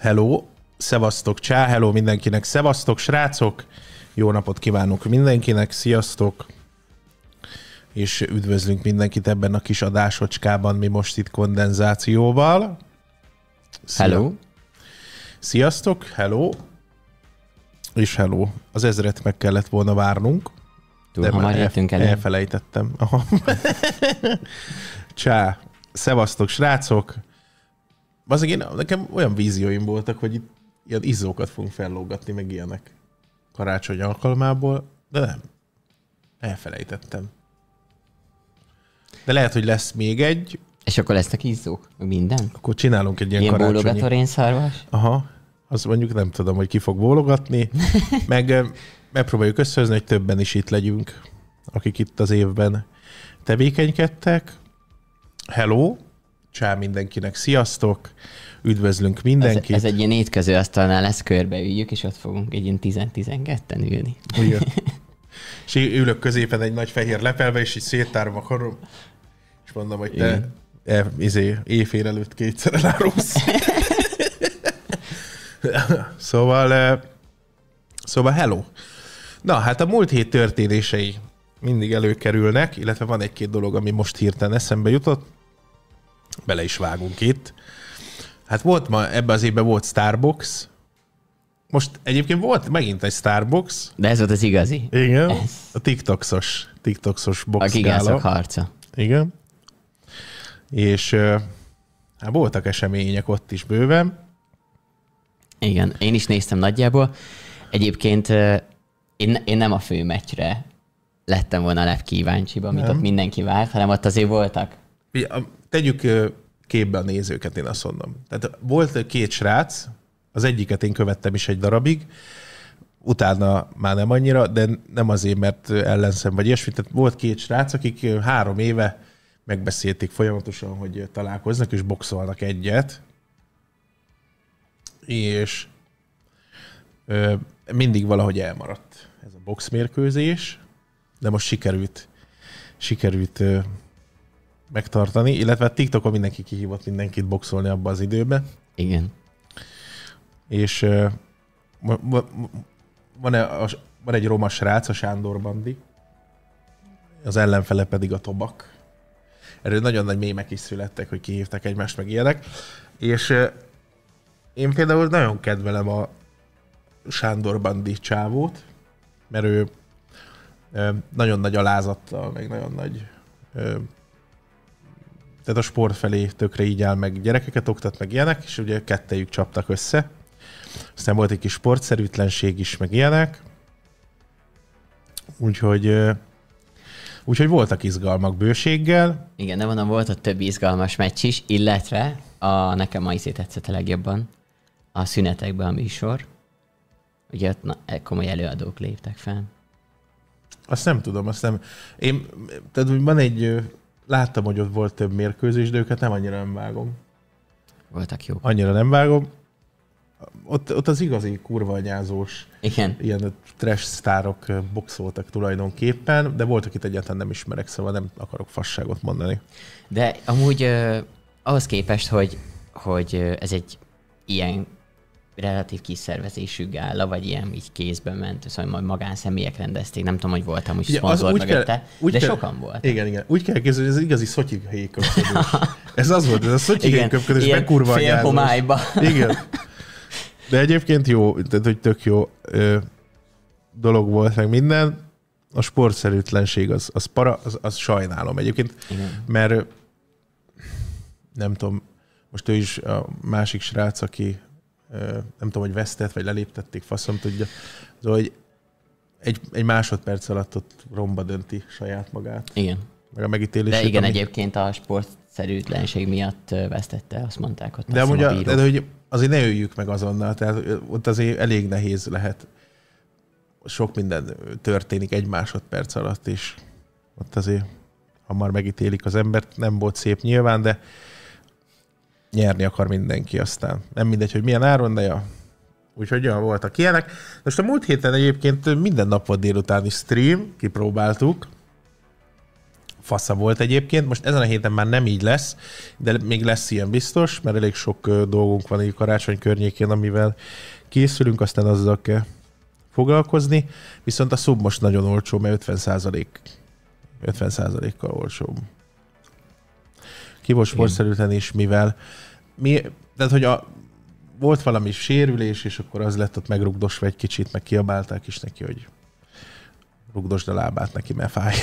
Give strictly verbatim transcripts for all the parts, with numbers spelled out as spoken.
hello, szevasztok, csá, hello mindenkinek, szevasztok, srácok, jó napot kívánunk mindenkinek, sziasztok, és üdvözlünk mindenkit ebben a kis adásocskában, mi most itt kondenzációval. Szia. Hello. Sziasztok, hello, és hello. Az ezret meg kellett volna várnunk. Túl hamar jöttünk elő. Elfelejtettem. Aha. Csá, szevasztok, srácok. Azok én, nekem olyan vízióim voltak, hogy itt ilyen izzókat fogunk fellógatni, meg ilyenek karácsony alkalmából, de nem. Elfelejtettem. De lehet, hogy lesz még egy. És akkor lesznek izzók? Minden? Akkor csinálunk egy ilyen, ilyen karácsonyi... Ilyen bólogató rénszarvas? Aha. Azt mondjuk nem tudom, hogy ki fog bólogatni. Meg megpróbáljuk összehozni, hogy többen is itt legyünk, akik itt az évben tevékenykedtek. Hello! Csá mindenkinek, sziasztok! Üdvözlünk mindenkit! Ez, ez egy ilyen étkező asztalnál lesz, körbeüljük, és ott fogunk egy ilyen tíz-tizenketten ülni. Igen. És ülök középen egy nagy fehér lepelbe, és így széttárom a karom, és mondom, hogy te e, izé, éjfél előtt kétszer elárulsz. szóval, szóval hello! Na, hát a múlt hét történései mindig előkerülnek, illetve van egy-két dolog, ami most hirtelen eszembe jutott. Bele is vágunk itt. Hát volt ma, ebben az évben volt Starbucks. Most egyébként volt megint egy Starbucks. De ez volt az igazi. Igen. Ez. A TikToksos, TikToksos A boxgála. gigászok harca. Igen. És hát voltak események ott is bőven. Igen, én is néztem nagyjából. Egyébként én, én nem a fő meccsre lettem volna a legkíváncsibb, amit nem. Ott mindenki várt, hanem ott azért voltak. Tegyük képbe a nézőket, én azt mondom. Tehát volt két srác, az egyiket én követtem is egy darabig, utána már nem annyira, de nem azért, mert ellenszem vagy ilyesmi. Tehát volt két srác, akik három éve megbeszélték folyamatosan, hogy találkoznak és boxolnak egyet. És ö, mindig valahogy elmaradt ez a boxmérkőzés, de most sikerült, sikerült ö, megtartani, illetve a TikTokon mindenki kihívott mindenkit boxolni abba az időben. Igen. És ö, van, a, van egy roma srác, a Sándor Bandi, az ellenfele pedig a Tobak. Erről nagyon nagy mémek is születtek, hogy kihívtak egymást, meg ilyenek. És ö, én például nagyon kedvelem a Sándor Bandi csávót, mert ő ö, nagyon nagy alázattal, meg nagyon nagy... Ö, tehát a sport felé tökre így áll, meg gyerekeket oktat, meg ilyenek, és ugye kettejük csaptak össze. Aztán volt egy kis sportszerűtlenség is, meg ilyenek. Úgyhogy, ö, úgyhogy voltak izgalmak bőséggel. Igen, de mondom, volt ott több izgalmas meccs is, illetve a, nekem ma izé tetszett a legjobban a szünetekben a műsor. Ugye ott na, komoly előadók léptek fel. Azt nem tudom, azt nem... Én, tehát van egy... Láttam, hogy ott volt több mérkőzés, de őket nem annyira nem vágom. Voltak jók. Annyira nem vágom. Ott, ott az igazi kurva anyázós, igen. Ilyen trash sztárok boxoltak tulajdonképpen, de voltak itt egyáltalán nem ismerek, szóval nem akarok fasságot mondani. De amúgy uh, ahhoz képest, hogy, hogy uh, ez egy ilyen relatív kis szervezésű gála, vagy ilyen így kézben ment, szóval majd magánszemélyek rendezték, nem tudom, hogy voltam úgy szponzor mögötte, de kell, sokan volt. Igen, igen. Úgy kell képzelni, hogy ez igazi szotyi helyi köpködés. Ez az volt, ez a szotyi helyi köpködés, meg kurva anyázós. Fél homályba. Igen. De egyébként jó, tehát hogy tök jó ö, dolog volt, meg minden. A sportszerűtlenség az, az para, az, az sajnálom egyébként, igen. Mert nem tudom, most ő is a másik srác, aki nem tudom, hogy vesztett, vagy leléptették, faszom tudja. Szóval, hogy egy, egy másodperc alatt ott romba dönti saját magát. Igen. Meg a megítélését. De igen, ami... egyébként a sportszerűtlenség miatt vesztette, azt mondták ott. De amúgy a, de, hogy azért ne öljük meg azonnal, tehát ott azért elég nehéz lehet. Sok minden történik egy másodperc alatt, és ott azért hamar megítélik az embert. Nem volt szép nyilván, de nyerni akar mindenki aztán. Nem mindegy, hogy milyen áron, de ja. Úgyhogy ja, voltak ilyenek. Most a múlt héten egyébként minden nap volt délutáni stream, kipróbáltuk. fasza volt egyébként. Most ezen a héten már nem így lesz, de még lesz ilyen biztos, mert elég sok dolgunk van így karácsony környékén, amivel készülünk, aztán azzal kell foglalkozni. Viszont a szub most nagyon olcsó, mert ötven százalék, ötven százalékkal olcsóbb. Ki volt sportszerűtlen is, mivel mi, tehát, hogy a, volt valami sérülés, és akkor az lett ott megrugdosva egy kicsit, meg kiabálták is neki, hogy rugdosd a lábát neki, mert fáj.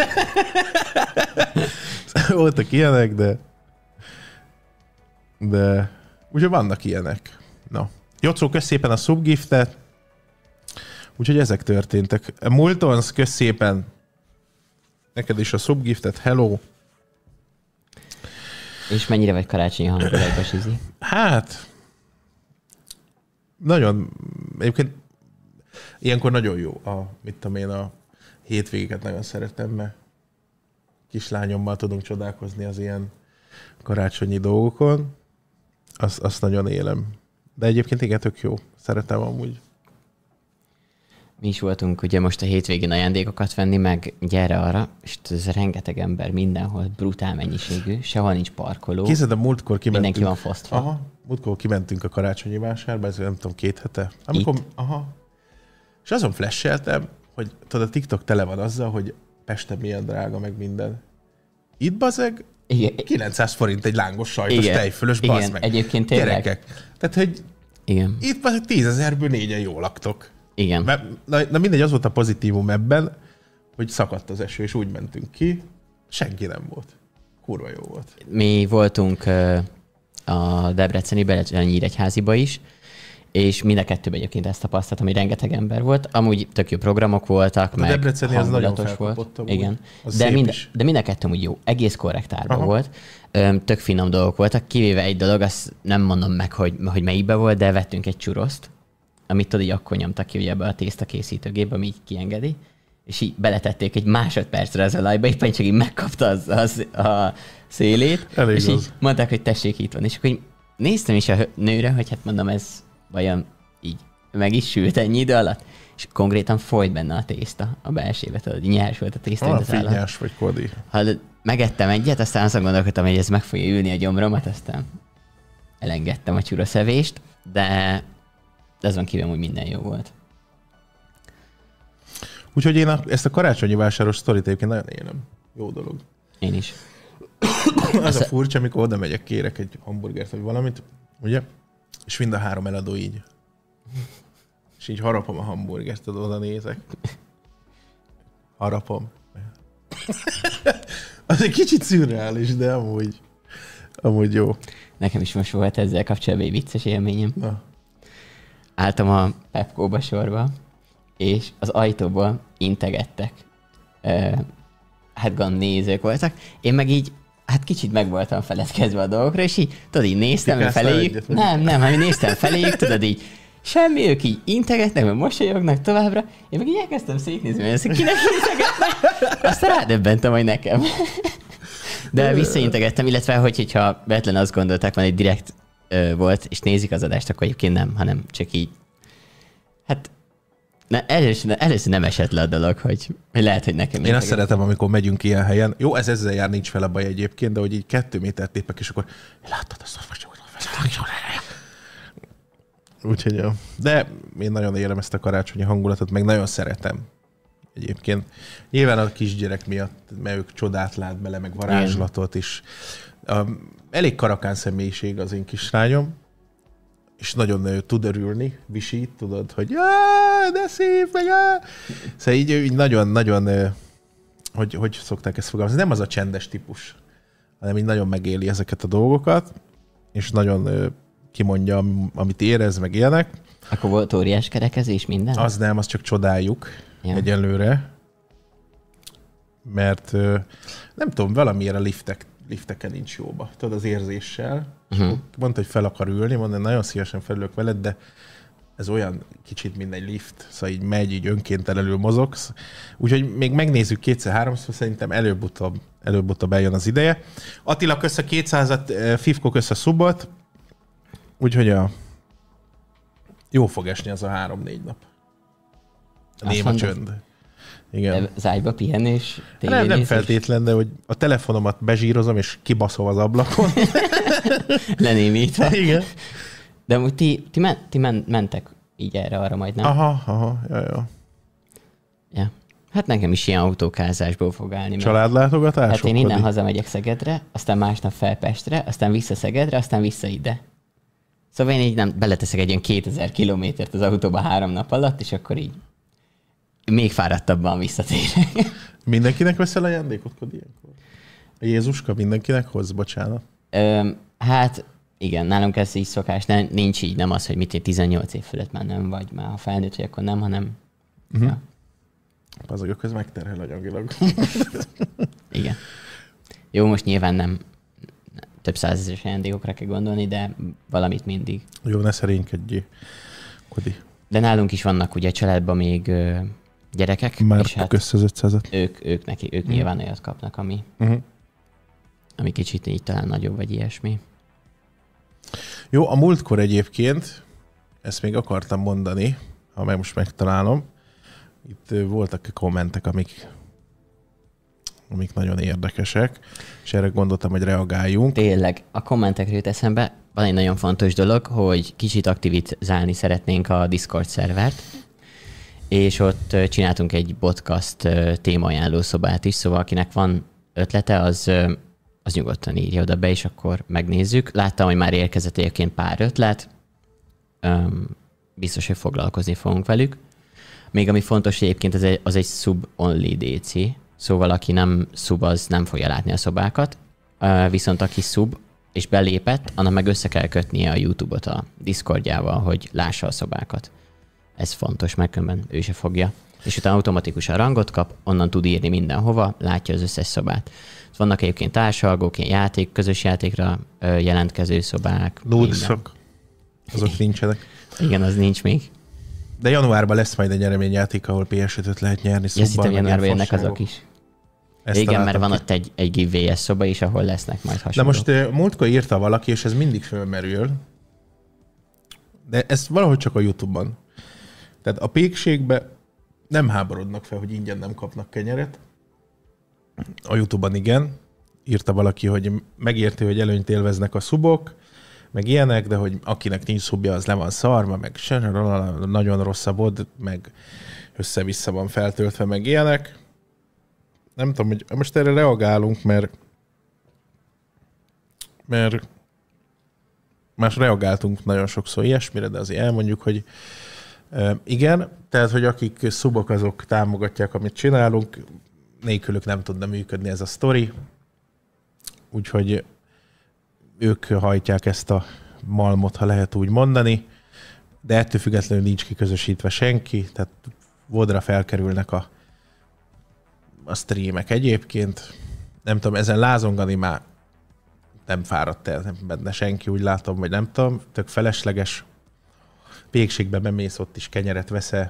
Voltak ilyenek, de de úgyhogy vannak ilyenek. Na. Jocó, kösz szépen a subgiftet. Úgyhogy ezek történtek. Multons, kösz szépen neked is a subgiftet. Hello. És mennyire vagy karácsonyi hangulatban, Zsizi? Hát, nagyon, egyébként ilyenkor nagyon jó. A, mit tudom én, a hétvégéket nagyon szeretem, mert kislányommal tudunk csodálkozni az ilyen karácsonyi dolgokon. Azt, azt nagyon élem. De egyébként igen, tök jó. Szeretem amúgy. Mi is voltunk ugye most a hétvégén ajándékokat venni, meg gyere arra, és ez rengeteg ember mindenhol, brutál mennyiségű, sehol nincs parkoló. Készed, a múltkor kimentünk. Mindenki van fosztva. Aha, múltkor kimentünk a karácsonyi vásárba, ez nem tudom, két hete. Amikor, Itt? Aha. És azon flasheltem, hogy tudod, a TikTok tele van azzal, hogy Pesten milyen drága, meg minden. Itt bazeg, Igen. kilencszáz forint egy lángos sajtos Igen. tejfölös, Igen. bazd meg. Egyébként tényleg. Gyerekek. Tehát, hogy Igen. itt bazeg tízezerből négyen jól laktok. Igen. Mert, na, na mindegy, az volt a pozitívum ebben, hogy szakadt az eső, és úgy mentünk ki, senki nem volt. Kurva jó volt. Mi voltunk uh, a Debreceni Nyíregyháziba is, és mind a kettőben egyébként ezt tapasztaltam, hogy rengeteg ember volt. Amúgy tök jó programok voltak, a meg Debreceni az nagyon volt. felkapott amúgy. Igen. Az De szép mind, is. de mind a kettő úgy jó. Egész korrekt árban volt. Öm, tök finom dolgok voltak, kivéve egy dolog, azt nem mondom meg, hogy, hogy melyikben volt, de vettünk egy churroszt, amit tudod, így akkor nyomtak ki ugye ebbe a tészta készítőgépbe, ami így kiengedi, és így beletették egy másodpercre az olajba, éppen csak így megkapta az, az a szélét, Elég és az. így mondták, hogy tessék, itt van. És akkor így néztem is a hö- nőre, hogy hát mondom, ez vajon így meg is sült ennyi idő alatt, és konkrétan folyt benne a tészta a belsébe, tudod, így nyers volt a tészta. Olyan mint az állat. finnyás vagy, Kodi. Hallod, megettem egyet, aztán azon gondolkodtam, hogy ez meg fogja ülni a gyomromat, aztán elengedtem a csúroszevést, de de azon kívül úgy minden jó volt. Úgyhogy én a, ezt a karácsonyi vásáros sztorit egyébként nagyon élem. Jó dolog. Én is. Az a furcsa, amikor oda megyek, kérek egy hamburgert vagy valamit, ugye? És mind a három eladó így. És így harapom a hamburgert, oda nézek. Harapom. Az egy kicsit szürreális, de amúgy, amúgy jó. Nekem is most volt ezzel kapcsolatban egy vicces élményem. Na. Álltam a Pepco-ba sorba, és az ajtóból integettek. Uh, hát gond nézők voltak. Én meg így, hát kicsit meg voltam feledkezve a dolgokra, és így, tudod, így néztem Tikáztál feléjük. egyet, vagy? Nem, nem, hanem néztem feléjük, tudod, így semmi, ők így integetnek, meg mosolyognak továbbra. Én meg így elkezdtem szétnézni, hogy ezt kinek integetnek. Aztán rádöbbentem, hogy nekem. De visszaintegettem, illetve hogy, hogyha véletlenül azt gondolták, van egy direkt ö, volt, és nézik az adást, akkor egyébként nem, hanem csak így. Hát ne, először, először nem esett le a dolog, hogy, hogy lehet, hogy nekem Én azt szeretem, amikor megyünk ilyen helyen. Jó, ez ezzel jár, nincs fel a baj egyébként, de hogy így kettő métert lépek, és akkor láttad azt, hogy úgyhogy jó. De én nagyon élem ezt a karácsonyi hangulatot, meg nagyon szeretem egyébként. Nyilván a kisgyerek miatt, mert ők csodát lát bele, meg varázslatot is. Um, elég karakán személyiség az én kislányom, és nagyon uh, tud örülni, visít, tudod, hogy jaj, de szép, meg jaj. Szóval így, így nagyon-nagyon, uh, hogy, hogy szokták ezt fogalmazni, nem az a csendes típus, hanem így nagyon megéli ezeket a dolgokat, és nagyon uh, kimondja, amit érez, meg ilyenek. Akkor volt óriás kerekezés minden? Az nem, azt csak csodáljuk ja. egyelőre. Mert nem tudom, valamiért a liftek, lifteken nincs jóba. Tudod, az érzéssel. Uh-huh. Mondta, hogy fel akar ülni, mondta, nagyon szívesen felülök veled, de ez olyan kicsit, mint egy lift. Szóval így megy, így önkéntelenül mozogsz. Úgyhogy még megnézzük kétszer-háromszor, szerintem előbb-utóbb, előbb-utóbb eljön az ideje. Attila, kösz a kétszázat, Fifko, kösz a szubot. Úgyhogy a... jó fog esni az a három-négy nap. A néma csönd. Igen. Az ágyba pihenés, Nem, nem feltétlen, de hogy a telefonomat bezsírozom, és kibaszom az ablakon. Lenémítve. Igen. De amúgy ti, ti, men, ti men, mentek így erre-arra majd, nem? Aha, aha, ja, ja. Ja. Hát nekem is ilyen autókázásból fog állni. Családlátogatások? Hát én innen hazamegyek Szegedre, aztán másnap fel Pestre, aztán vissza Szegedre, aztán vissza ide. Szóval én így nem beleteszek egy ilyen kétezer kilométert az autóba három nap alatt, és akkor így még fáradtabban visszatérek. Mindenkinek veszel ajándékot, Kodi, ilyenkor? A Jézuska mindenkinek hoz, bocsánat. Öm, hát igen, nálunk ez így szokás, nem, nincs így, nem az, hogy mit én tizennyolc év fölött már nem vagy, már ha felnőtt vagy, akkor nem, hanem... Uh-huh. Ja. Azok, ez megterhel anyagilag. Igen. Jó, most nyilván nem több százezeres ajándékokra kell gondolni, de valamit mindig. Jó, ne szerénykedjél, Kodi. De nálunk is vannak ugye családban még ö, gyerekek, Már és hát össze az ötszázat. ők, ők, neki, ők uh-huh. nyilván olyat kapnak, ami, Uh-huh. ami kicsit így talán nagyobb, vagy ilyesmi. Jó, a múltkor egyébként, ezt még akartam mondani, ha meg most megtalálom, itt voltak kommentek, amik, amik nagyon érdekesek, és erre gondoltam, hogy reagáljunk. Tényleg, a kommentekről jut eszembe, van egy nagyon fontos dolog, hogy kicsit aktivizálni szeretnénk a Discord szervert, és ott csináltunk egy podcast témaajánló szobát is, szóval akinek van ötlete, az, az nyugodtan írja oda be, és akkor megnézzük. Láttam, hogy már érkezett egyébként pár ötlet, biztos, hogy foglalkozni fogunk velük. Még ami fontos, hogy egyébként az egy, az egy sub-only dé cé, szóval aki nem sub, az nem fogja látni a szobákat, viszont aki sub és belépett, annak meg össze kell kötnie a YouTube-ot a Discordjával, hogy lássa a szobákat. Ez fontos, mert különben ő se fogja. És utána automatikusan rangot kap, onnan tud írni mindenhova, látja az összes szobát. Vannak egyébként társalgók, ilyen játék, közös játékra jelentkező szobák. Nudes-ok, azok nincsenek. Igen, az nincs még. De januárban lesz majd egy nyereményjáték, ahol pé es ötöt lehet nyerni. Ezt hittem, januárban jönnek azok is. Ezt igen, mert van ki. Ott egy, egy giveaway-es szoba is, ahol lesznek majd hasonlók. De most uh, múltkor írta valaki, és ez mindig fölmerül, de ez valahogy csak a YouTube-ban. Tehát a pékségben nem háborodnak fel, hogy ingyen nem kapnak kenyeret. A YouTube-ban igen. Írta valaki, hogy megérti, hogy előnyt élveznek a szubok, meg ilyenek, de hogy akinek nincs szubja, az le van szarva, meg nagyon rossz a bod, meg össze-vissza van feltöltve, meg ilyenek. Nem tudom, hogy most erre reagálunk, mert mert más reagáltunk nagyon sokszor ilyesmire, de azért elmondjuk, hogy igen, tehát, hogy akik szubok, azok támogatják, amit csinálunk, nélkülük nem tudna működni ez a sztori, úgyhogy ők hajtják ezt a malmot, ha lehet úgy mondani, de ettől függetlenül nincs kiközösítve senki, tehát vodra felkerülnek a, a streamek egyébként. Nem tudom, ezen lázongani már nem fáradt el nem benne senki, úgy látom, vagy nem tudom, tök felesleges. Pékségbe bemész, ott is kenyeret veszel.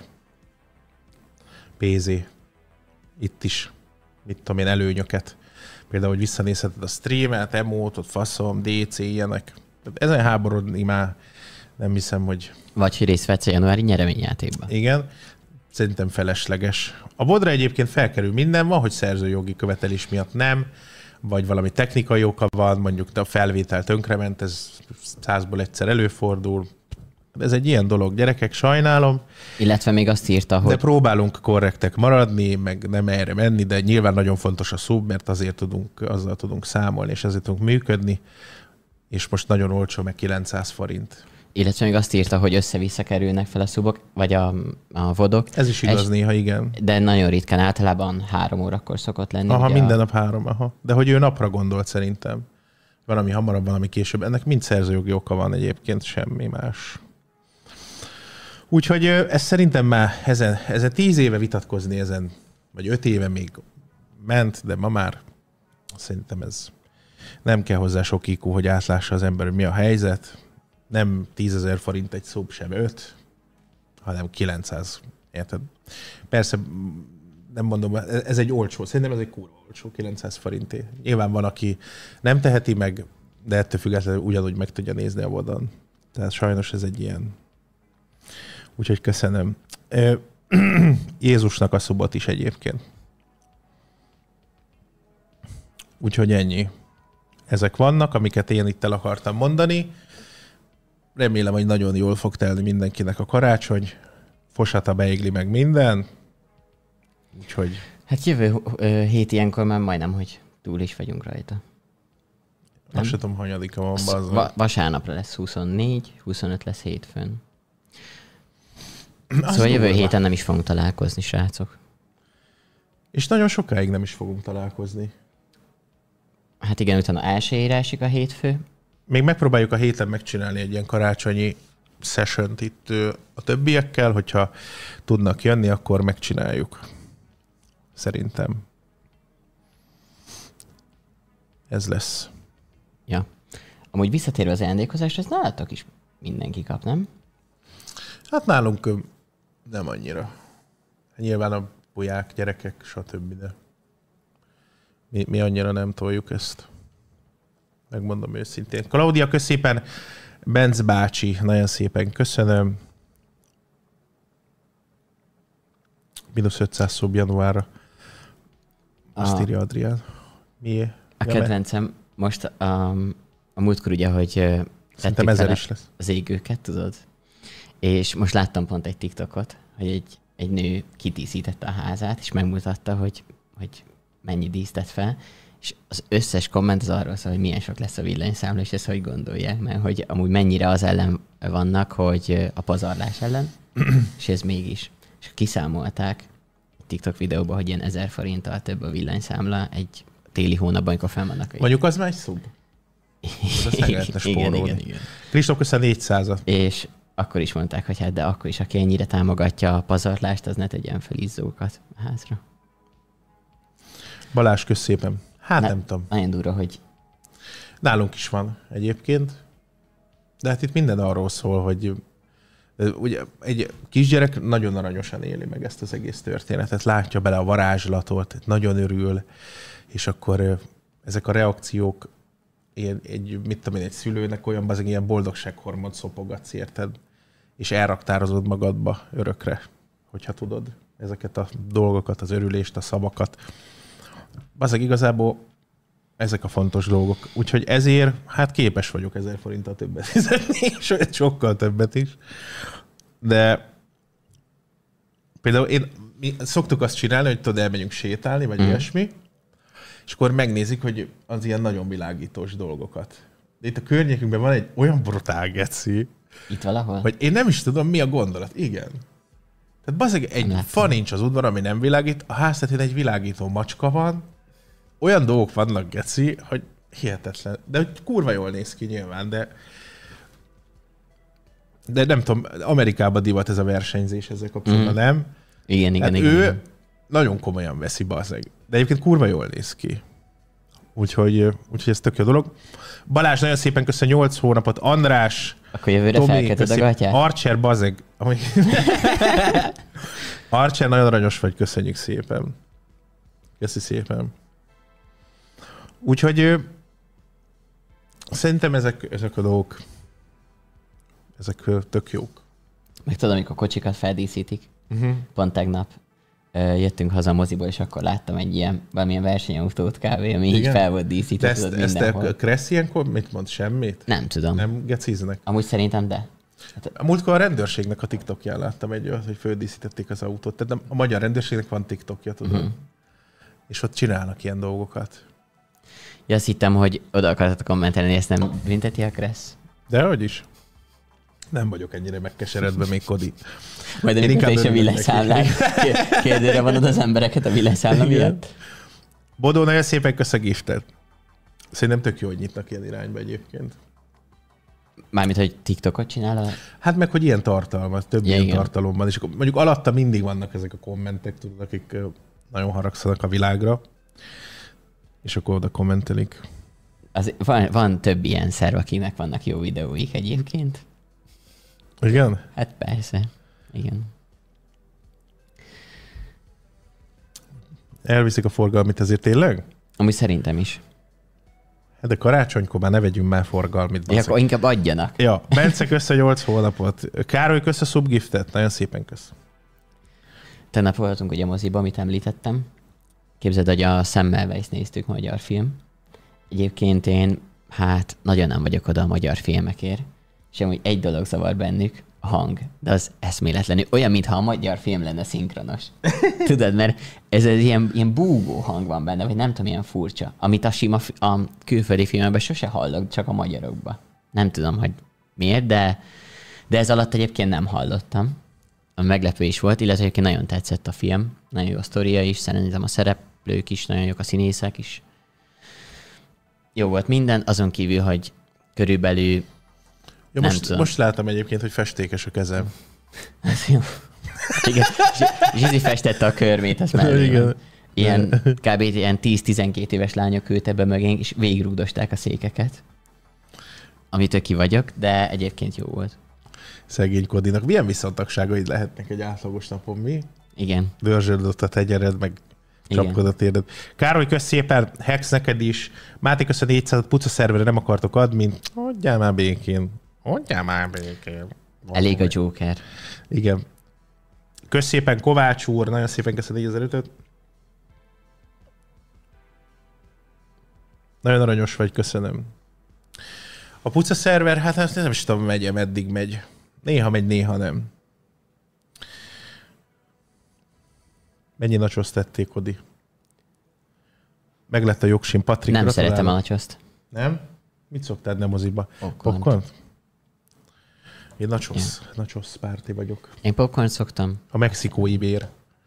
pé zé. Itt is, mit tudom én, előnyöket. Például, hogy visszanézheted a streamet, emótot, faszom, dé cé, ilyenek. Ezen háborodni már nem hiszem, hogy... Vagy hogy részt vetsz a januári nyereményjátékban. Igen, szerintem felesleges. A vodra egyébként felkerül minden, van, hogy szerzőjogi követelés miatt nem, vagy valami technikai oka van, mondjuk a felvétel tönkrement, ez százból egyszer előfordul. Ez egy ilyen dolog, gyerekek, sajnálom. Illetve még azt írta, hogy... De próbálunk korrektek maradni, meg nem erre menni, de nyilván nagyon fontos a szub, mert azért tudunk, azzal tudunk számolni, és ezért tudunk működni, és most nagyon olcsó, meg kilencszáz forint. Illetve még azt írta, hogy össze-vissza kerülnek fel a szubok, vagy a, a vodok. Ez is igaz, néha igen. De nagyon ritkán, általában három órakor szokott lenni. Aha, minden a... nap három, aha. De hogy ő napra gondolt szerintem. Valami hamarabb, valami később. Ennek mind szerzőjogi oka van egyébként, semmi más. Úgyhogy ez szerintem már ezen, ezen tíz éve vitatkozni ezen, vagy öt éve még ment, de ma már szerintem ez nem kell hozzá sok í kú, hogy átlássa az ember, hogy mi a helyzet. Nem tízezer forint egy szub, sem öt, hanem kilencszáz. Érted? Persze, nem mondom, ez egy olcsó, szerintem ez egy kurva olcsó, kilencszáz forinté. Nyilván van, aki nem teheti meg, de ettől függetlenül ugyanúgy meg tudja nézni a vodon. Tehát sajnos ez egy ilyen. Úgyhogy köszönöm. Jézusnak a szobot is egyébként. Úgyhogy ennyi. Ezek vannak, amiket én itt el akartam mondani. Remélem, hogy nagyon jól fog telni mindenkinek a karácsony. Fosata beigli meg minden. Úgyhogy... Hát jövő hét ilyenkor már majdnem, hogy túl is vagyunk rajta. Azt sem tudom, hanyadika van bazzal. Va- vasárnapra lesz huszonnégy, huszonöt lesz hétfőn. Az szóval jövő durva. héten nem is fogunk találkozni, srácok. És nagyon sokáig nem is fogunk találkozni. Hát igen, utána elsőjére esik a hétfő. Még megpróbáljuk a héten megcsinálni egy ilyen karácsonyi sessiont itt ö, a többiekkel, hogyha tudnak jönni, akkor megcsináljuk. Szerintem. Ez lesz. Ja. Amúgy visszatérve az ajándékozásra, ezt nálatok is mindenki kap, nem? Hát nálunk ö, nem annyira. Nyilván a buják, gyerekek, stb. De mi, mi annyira nem toljuk ezt. Megmondom őszintén. Klaudia, kösz szépen. Benz bácsi, nagyon szépen köszönöm. Minusz ötszáz szób januárra. Azt A- írja Adrián. Mi? A kedvencem most a, a múltkor ugye, hogy ö, Szerintem tettük ezer fel is lesz. az égőket, tudod? És most láttam pont egy TikTokot, hogy egy, egy nő kidíszítette a házát, és megmutatta, hogy, hogy mennyi dísztett fel, és az összes komment az arról szól, hogy milyen sok lesz a villanyszámla, és ezt hogy gondolják, mert hogy amúgy mennyire az ellen vannak, hogy a pazarlás ellen, és ez mégis. És kiszámolták egy TikTok videóban, hogy ilyen ezer forinttal több a villanyszámla egy téli hónapban, amikor fel vannak. Mondjuk az már egy szub. azt meg lehetne igen, spórolni. igen, igen. Kristóf, köszön négyszázat. És akkor is mondták, hogy hát de akkor is, aki ennyire támogatja a pazarlást, az ne tegyen fel izzókat a házra. Balázs, kösz szépen. Hát Ne- nem tudom. Nagyon durva, hogy Nálunk is van egyébként. De hát itt minden arról szól, hogy ugye egy kisgyerek nagyon aranyosan éli meg ezt az egész történetet. Látja bele a varázslatot, nagyon örül, és akkor ezek a reakciók ilyen, egy, mit tudom én, egy szülőnek olyan bazeg, ilyen boldogsághormont szopogatsz, érted? És elraktározod magadba örökre, hogyha tudod ezeket a dolgokat, az örülést, a szavakat. Bazeg igazából ezek a fontos dolgok. Úgyhogy ezért, hát képes vagyok ezer forinttal többet fizetni, sőt, sokkal többet is. De például én, mi szoktuk azt csinálni, hogy tudod, elmegyünk sétálni, vagy mm. ilyesmi, és akkor megnézik, hogy az ilyen nagyon világítós dolgokat. De itt a környékünkben van egy olyan brutál geci, itt valahol. hogy én nem is tudom, mi a gondolat. Igen. Tehát bazeg, egy Nem fa nincs az udvar, ami nem világít, a háztetőn egy világító macska van, olyan dolgok vannak, geci, hogy hihetetlen. De hogy kurva jól néz ki nyilván, de de nem tudom, Amerikában divat ez a versenyzés ezzel kapcsolatban, mm. nem? Igen, igen, Hát igen. ő igen. nagyon komolyan veszi, bazeg. De egyébként kurva jól néz ki. Úgyhogy, úgyhogy ez tök jó dolog. Balázs, nagyon szépen köszön nyolc hónapot. András, Akkor jövőre Tomi, felkötöd a köszi. gatyát? Archer, bazeg. Ami- Archer, nagyon aranyos vagy, köszönjük szépen. Köszi szépen. Úgyhogy ö, szerintem ezek, ezek a dolgok ezek ö, tök jók. Meg tudod, amikor kocsikat feldíszítik. Uh-huh. Pont tegnap ö, jöttünk haza a moziból, és akkor láttam egy ilyen, valamilyen versenyautót kávé, ami így Igen? fel volt De díszítve, ezt, tudod, ezt mindenhol. a Kressz ilyenkor mit mond? Semmit? Nem tudom. Nem geciznek? Amúgy szerintem de. A múltkor a rendőrségnek a TikTokján láttam egy olyat, hogy földíszítették az autót. Tehát a magyar rendőrségnek van TikTokja, tudod? Uh-huh. És ott csinálnak ilyen dolgokat. Ja, azt hittem, hogy oda akartatok kommentelni, ezt nem bünteti a Kressz. De hogy is? Nem vagyok ennyire megkeseredve még, Kodi. Majd Én amikor inkább te is a örülök villanyszámlán Kér- kérdőre vonod az embereket a villanyszámla Igen. miatt. Bodó, nagyon szépen kösz a giftet. Szerintem tök jó, hogy nyitnak ilyen irányba egyébként. Mármint, hogy TikTokot csinál a... Hát meg, hogy ilyen tartalmat, több Ja, ilyen igen. tartalom van. És akkor mondjuk alatta mindig vannak ezek a kommentek, tudod, akik ö, nagyon haragszanak a világra. És akkor oda kommentelik. Az, van, van több ilyen szerv, akinek vannak jó videóik egyébként. Igen? Hát persze. Igen. Elviszik a forgalmit ezért tényleg? Amúgy szerintem is. Hát de karácsonykor már ne vegyünk már forgalmit. Ja, baszek. akkor inkább adjanak. Ja, Bence kösz a nyolc hónapot. Károly kösz a subgiftet. Nagyon szépen kösz. tegnap voltunk ugye a moziba, amit említettem. Képzeld, hogy a Semmelweis néztük, magyar film. Egyébként én, hát nagyon nem vagyok oda a magyar filmekért. És amúgy egy dolog zavar bennük, a hang. De az eszméletlenül olyan, mintha a magyar film lenne szinkronos. Tudod, mert ez egy ilyen, ilyen búgó hang van benne, vagy nem tudom, ilyen furcsa. Amit a sima a külföldi filmekben sose hallok, csak a magyarokban. Nem tudom, hogy miért, de, de ez alatt egyébként nem hallottam. A meglepő is volt, illetve egyébként nagyon tetszett a film. Nagyon jó a sztoria is, szerintem a szereplők is, nagyon jók a színészek is. Jó volt minden, azon kívül, hogy körülbelül ja, nem most, tudom. most láttam egyébként, hogy festékes a kezem. Ez jó. Igen, Zsizi festette a körmét, azt már igen. Ilyen kb. Ilyen tíz-tizenkét éves lányok ültek be mögénk, és végigrúgdosták a székeket. Amitől ki vagyok, de egyébként jó volt. Szegény Kodinak. Milyen viszontagságaid lehetnek egy átlagos napon, mi? Igen. Dörzsöldött a tegyered, meg csapkodott érded. Károly, kösz szépen, Hex neked is. Máté, kösz a négyszáz puca szerverre nem akartok adni. Hagyjál már békén. Hagyjál már békén. Elég a Joker. Igen. Kösz szépen, Kovács úr, nagyon szépen köszönöm négyezer-ötöt. Nagyon aranyos vagy, köszönöm. A puca szerver, hát nem is tudom, megy, meddig megy. Néha megy, néha nem. Mennyi nacsoszt tették, Kodi? Meg lett a jogsim. Patrik, nem szeretem a nacsoszt. Nem? Mit szoktál nem moziba? Popcorn. Popcorn? Én nachos, yeah. nachos párti vagyok. Én popcorn szoktam. A mexikói bér.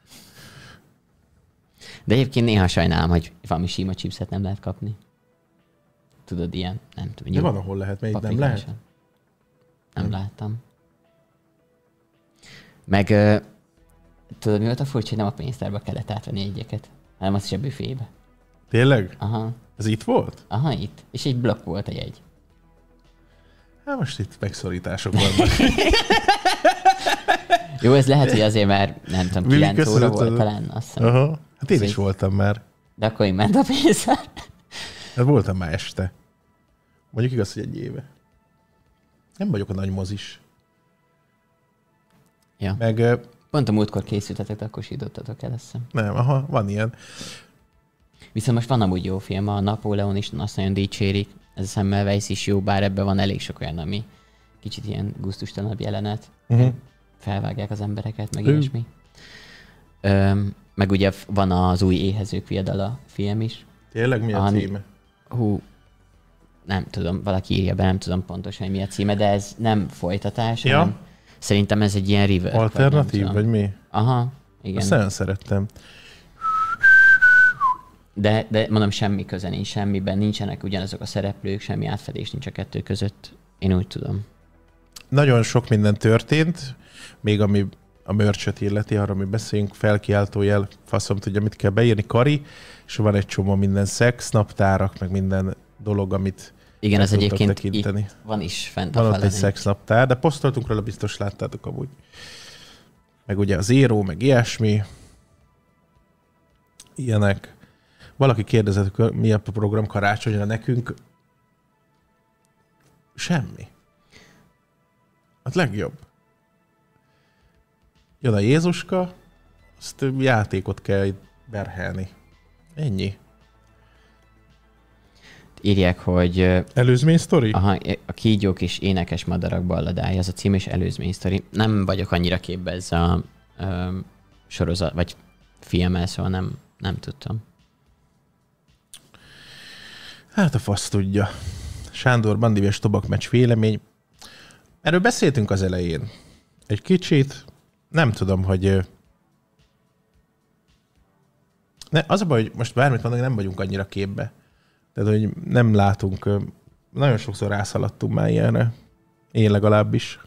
De egyébként néha sajnálom, hogy valami sima chipset nem lehet kapni. Tudod, ilyen, nem tudom. De van, ahol lehet, mert nem lehet? Nem hmm. láttam. Meg uh, tudod, mi volt a furcsa, hogy nem a pénztárba kellett átvenni egyeket, hanem azt is a büfébe. Tényleg? Aha. Ez itt volt? Aha, itt. És egy blokk volt a jegy. Hát most itt megszorítások vannak. Jó, ez lehet, hogy azért már nem tudom, kilenc óra volt talán, azt hiszem. Aha. Hát én is voltam már. De akkor én ment a pénztár. Hát voltam már este. Mondjuk igaz, hogy egy éve. Nem vagyok a nagy mozis. Ja. Meg... Pont a múltkor készültetek, akkor sídottatok el, azt hiszem. Nem, aha, van ilyen. Viszont most van amúgy jó film, a Napóleon is azt nagyon dicsérik. Ez a Semmelweis is jó, bár ebben van elég sok olyan, ami kicsit ilyen gusztustalanabb jelenet. Uh-huh. Felvágják az embereket, meg uh. ilyesmi. Öm, meg ugye van az új Éhezők viadala film is. Tényleg mi a An... címe? Hú, nem tudom, valaki írja be, nem tudom pontosan, hogy mi a címe, de ez nem folytatás, ja. hanem szerintem ez egy ilyen rework. Alternatív, vagy, vagy mi? Aha, igen. Azt nagyon szerettem. De, de mondom, semmi köze nincs semmiben, nincsenek ugyanazok a szereplők, semmi átfedés nincs a kettő között. Én úgy tudom. Nagyon sok minden történt, még ami a merch-et illeti, arra mi beszéljünk, felkiáltójel, faszom tudja, mit kell beírni, Kari, és van egy csomó minden szex, naptárak, meg minden dolog, amit igen, az egyébként tekinteni. Itt van is fent van a ott egy szexnaptár, de posztoltunk róla, biztos láttátok amúgy. Meg ugye az Zero, meg ilyesmi. Ilyenek. Valaki kérdezett, hogy mi a program karácsonyra nekünk. Semmi. Az legjobb. Jön a Jézuska, azt játékot kell berhelni. Ennyi. Írják, hogy... Előzmény sztori? Aha, a Kígyók és énekes madarak balladája, az a cím, és előzmény sztori. Nem vagyok annyira képbe ez a ö, sorozat, vagy filmmel, szóval nem, nem tudtam. Hát a fasz tudja. Sándor Bandives Tobak meccs vélemény. Erről beszéltünk az elején. Egy kicsit. Nem tudom, hogy... Ne, az a baj, hogy most bármit mondok, nem vagyunk annyira képbe. Tehát, hogy nem látunk... Nagyon sokszor rászaladtunk már ilyenre. Én legalábbis.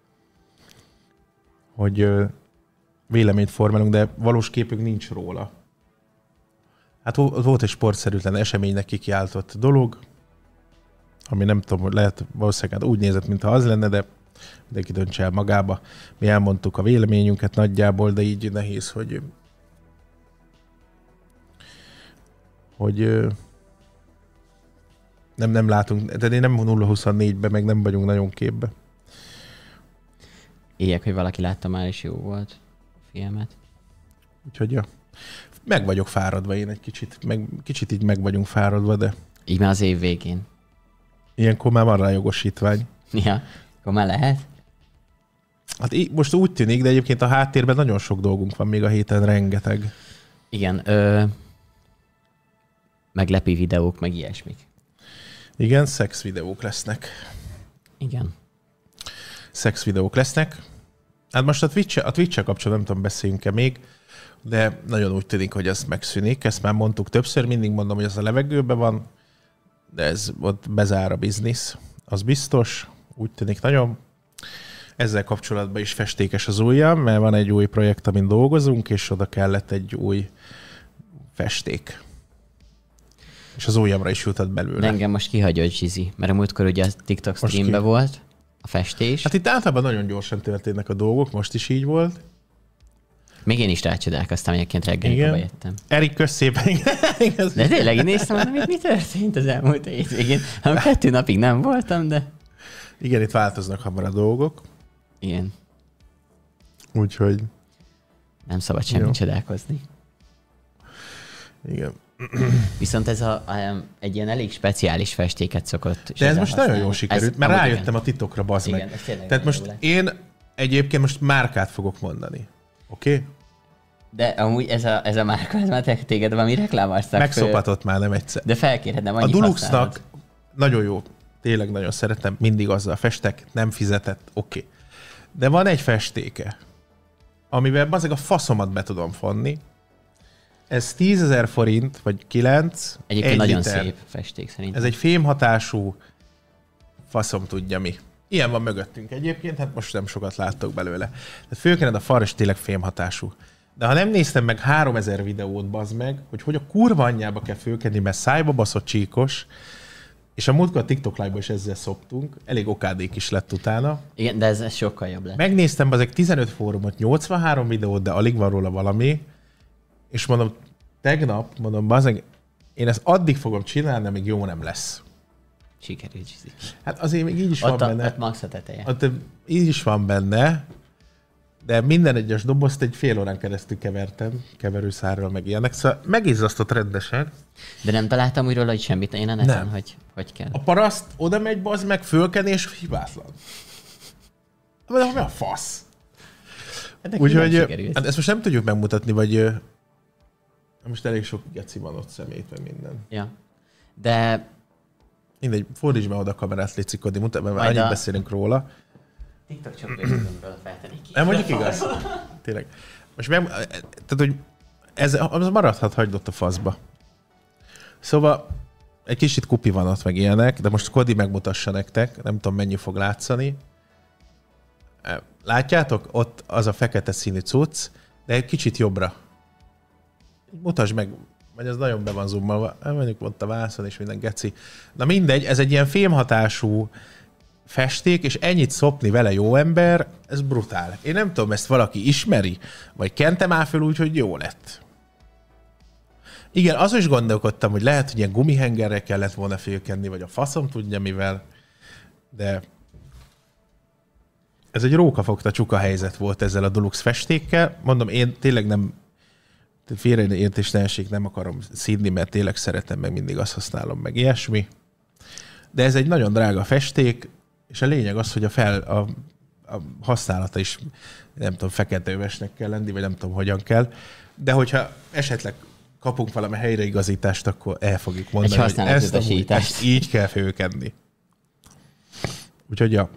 Hogy véleményt formálunk, de valós képünk nincs róla. Hát volt egy sportszerűtlen eseménynek kikiáltott dolog, ami nem tudom, hogy lehet valószínűleg úgy nézett, mintha az lenne, de mindenki döntse el magába. Mi elmondtuk a véleményünket nagyjából, de így nehéz, hogy hogy nem, nem látunk, de én nem nulla huszonnégyben, meg nem vagyunk nagyon képbe. Írják, hogy valaki látta már, és jó volt a filmet. Úgyhogy ja. Meg vagyok fáradva én egy kicsit. Meg, kicsit így meg vagyunk fáradva, de... Így már az év végén. Ilyenkor már van rá jogosítvány. Ja, akkor már lehet. Hát í- most úgy tűnik, de egyébként a háttérben nagyon sok dolgunk van még a héten, rengeteg. Igen, ö... meglepi videók, meg ilyesmik. Igen, szex videók lesznek. Igen. Szex videók lesznek. Hát most a Twitch-e, a Twitch-e kapcsolatban nem tudom, beszéljünk-e még, de nagyon úgy tűnik, hogy ez megszűnik. Ezt már mondtuk többször, mindig mondom, hogy ez a levegőben van, de ez ott bezár a biznisz. Az biztos, úgy tűnik nagyon. Ezzel kapcsolatban is festékes az ujjam, mert van egy új projekt, amin dolgozunk, és oda kellett egy új festék. És az ujjamra is jutott belőle. De engem most kihagyott Zsizi, mert a múltkor ugye a TikTok streamben volt a festés. Hát itt általában nagyon gyorsan történnek a dolgok, most is így volt. Még én is rácsodálkoztam, egyébként reggelkor bejöttem. Erik, kösz szépen. De tényleg én néztem, hogy mi történt az elmúlt hétvégén. Ha kettő napig nem voltam, de... Igen, itt változnak hamar a dolgok. Igen. Úgyhogy... Nem szabad semmit csodálkozni. Igen. Viszont ez a, a, egy ilyen elég speciális festéket szokott. De ez most használni. Nagyon jól sikerült, ez, mert rájöttem igen. a titokra, bazd igen, meg. Tehát most lett. Én egyébként most márkát fogok mondani. Oké? Okay? De amúgy ez a, ez a márka, ez már téged valami reklámoztak. Megszopatott föl. Már nem egyszer. De felkérhetnem, annyit A Duluxnak nagyon jó. Tényleg nagyon szeretem. Mindig azzal festek, nem fizetett. Oké. Okay. De van egy festéke, amivel bazeg a faszomat be tudom fonni. Ez tízezer forint, vagy kilenc. Egyébként egy nagyon liter. Szép festék szerintem. Ez egy fémhatású, faszom tudja mi. Ilyen van mögöttünk egyébként, hát most nem sokat láttok belőle. Tehát fölkened a far, és tényleg fémhatású. De ha nem néztem meg háromezer videót, bazd meg, hogy hogy a kurva anyjába kell fölkenni, mert szájba baszott csíkos, és a múltkor a TikTok live-ban is ezzel szoptunk, elég okádék is lett utána. Igen, de ez, ez sokkal jobb lett. Megnéztem bazeg tizenöt fórumot, nyolcvanhárom videót, de alig van róla valami, és mondom, tegnap, mondom, bazeg, én ezt addig fogom csinálni, amíg jó nem lesz. Sikerült. Hát azért még így is ott van a, benne. Ott max a teteje. Ott így is van benne, de minden egyes dobozt egy fél órán keresztül kevertem, keverőszárral meg ilyenek, szóval megizzasztott rendesen. De nem találtam úgy róla, hogy semmit, én a neten, hogy, hogy kell. A paraszt oda megy, bazd meg, fölken és hibátlan. De mi a fasz? Úgyhogy hát ezt most nem tudjuk megmutatni, vagy most elég sok geci van ott, szemét, meg minden. Ja. De... Mindegy, fordítsd be oda a kamerát, légy Kodi, mutat, mert annyit a... beszélünk róla. TikTok csak bőzőmből feltenni ki. Nem mondjuk igaz. Tényleg. Most meg, tehát, hogy ez az maradhat, hagyd ott a faszba. Szóval egy kicsit kupi van ott, meg ilyenek, de most Kodi megmutassa nektek, nem tudom mennyi fog látszani. Látjátok? Ott az a fekete színű cucc, de egy kicsit jobbra. Mutasd meg, vagy az nagyon be van zoomolva. Mondjuk ott a vászon és minden geci. Na mindegy, ez egy ilyen fémhatású festék, és ennyit szopni vele jó ember, ez brutál. Én nem tudom, ezt valaki ismeri, vagy kentem áll föl úgy, hogy jó lett. Igen, azon is gondolkodtam, hogy lehet, hogy ilyen gumihengerre kellett volna félkenni, vagy a faszom tudja mivel, de ez egy rókafogta csuka helyzet volt ezzel a Dulux festékkel. Mondom, én tényleg nem félreértéstelenség nem akarom szídni, mert tényleg szeretem, meg mindig azt használom, meg ilyesmi. De ez egy nagyon drága festék, és a lényeg az, hogy a, fel, a, a használata is, nem tudom, feketeövesnek kell lenni, vagy nem tudom, hogyan kell. De hogyha esetleg kapunk valami helyreigazítást, akkor el fogjuk mondani, hogy ezt, amúgy, ezt így kell főkenni. Úgyhogy ja.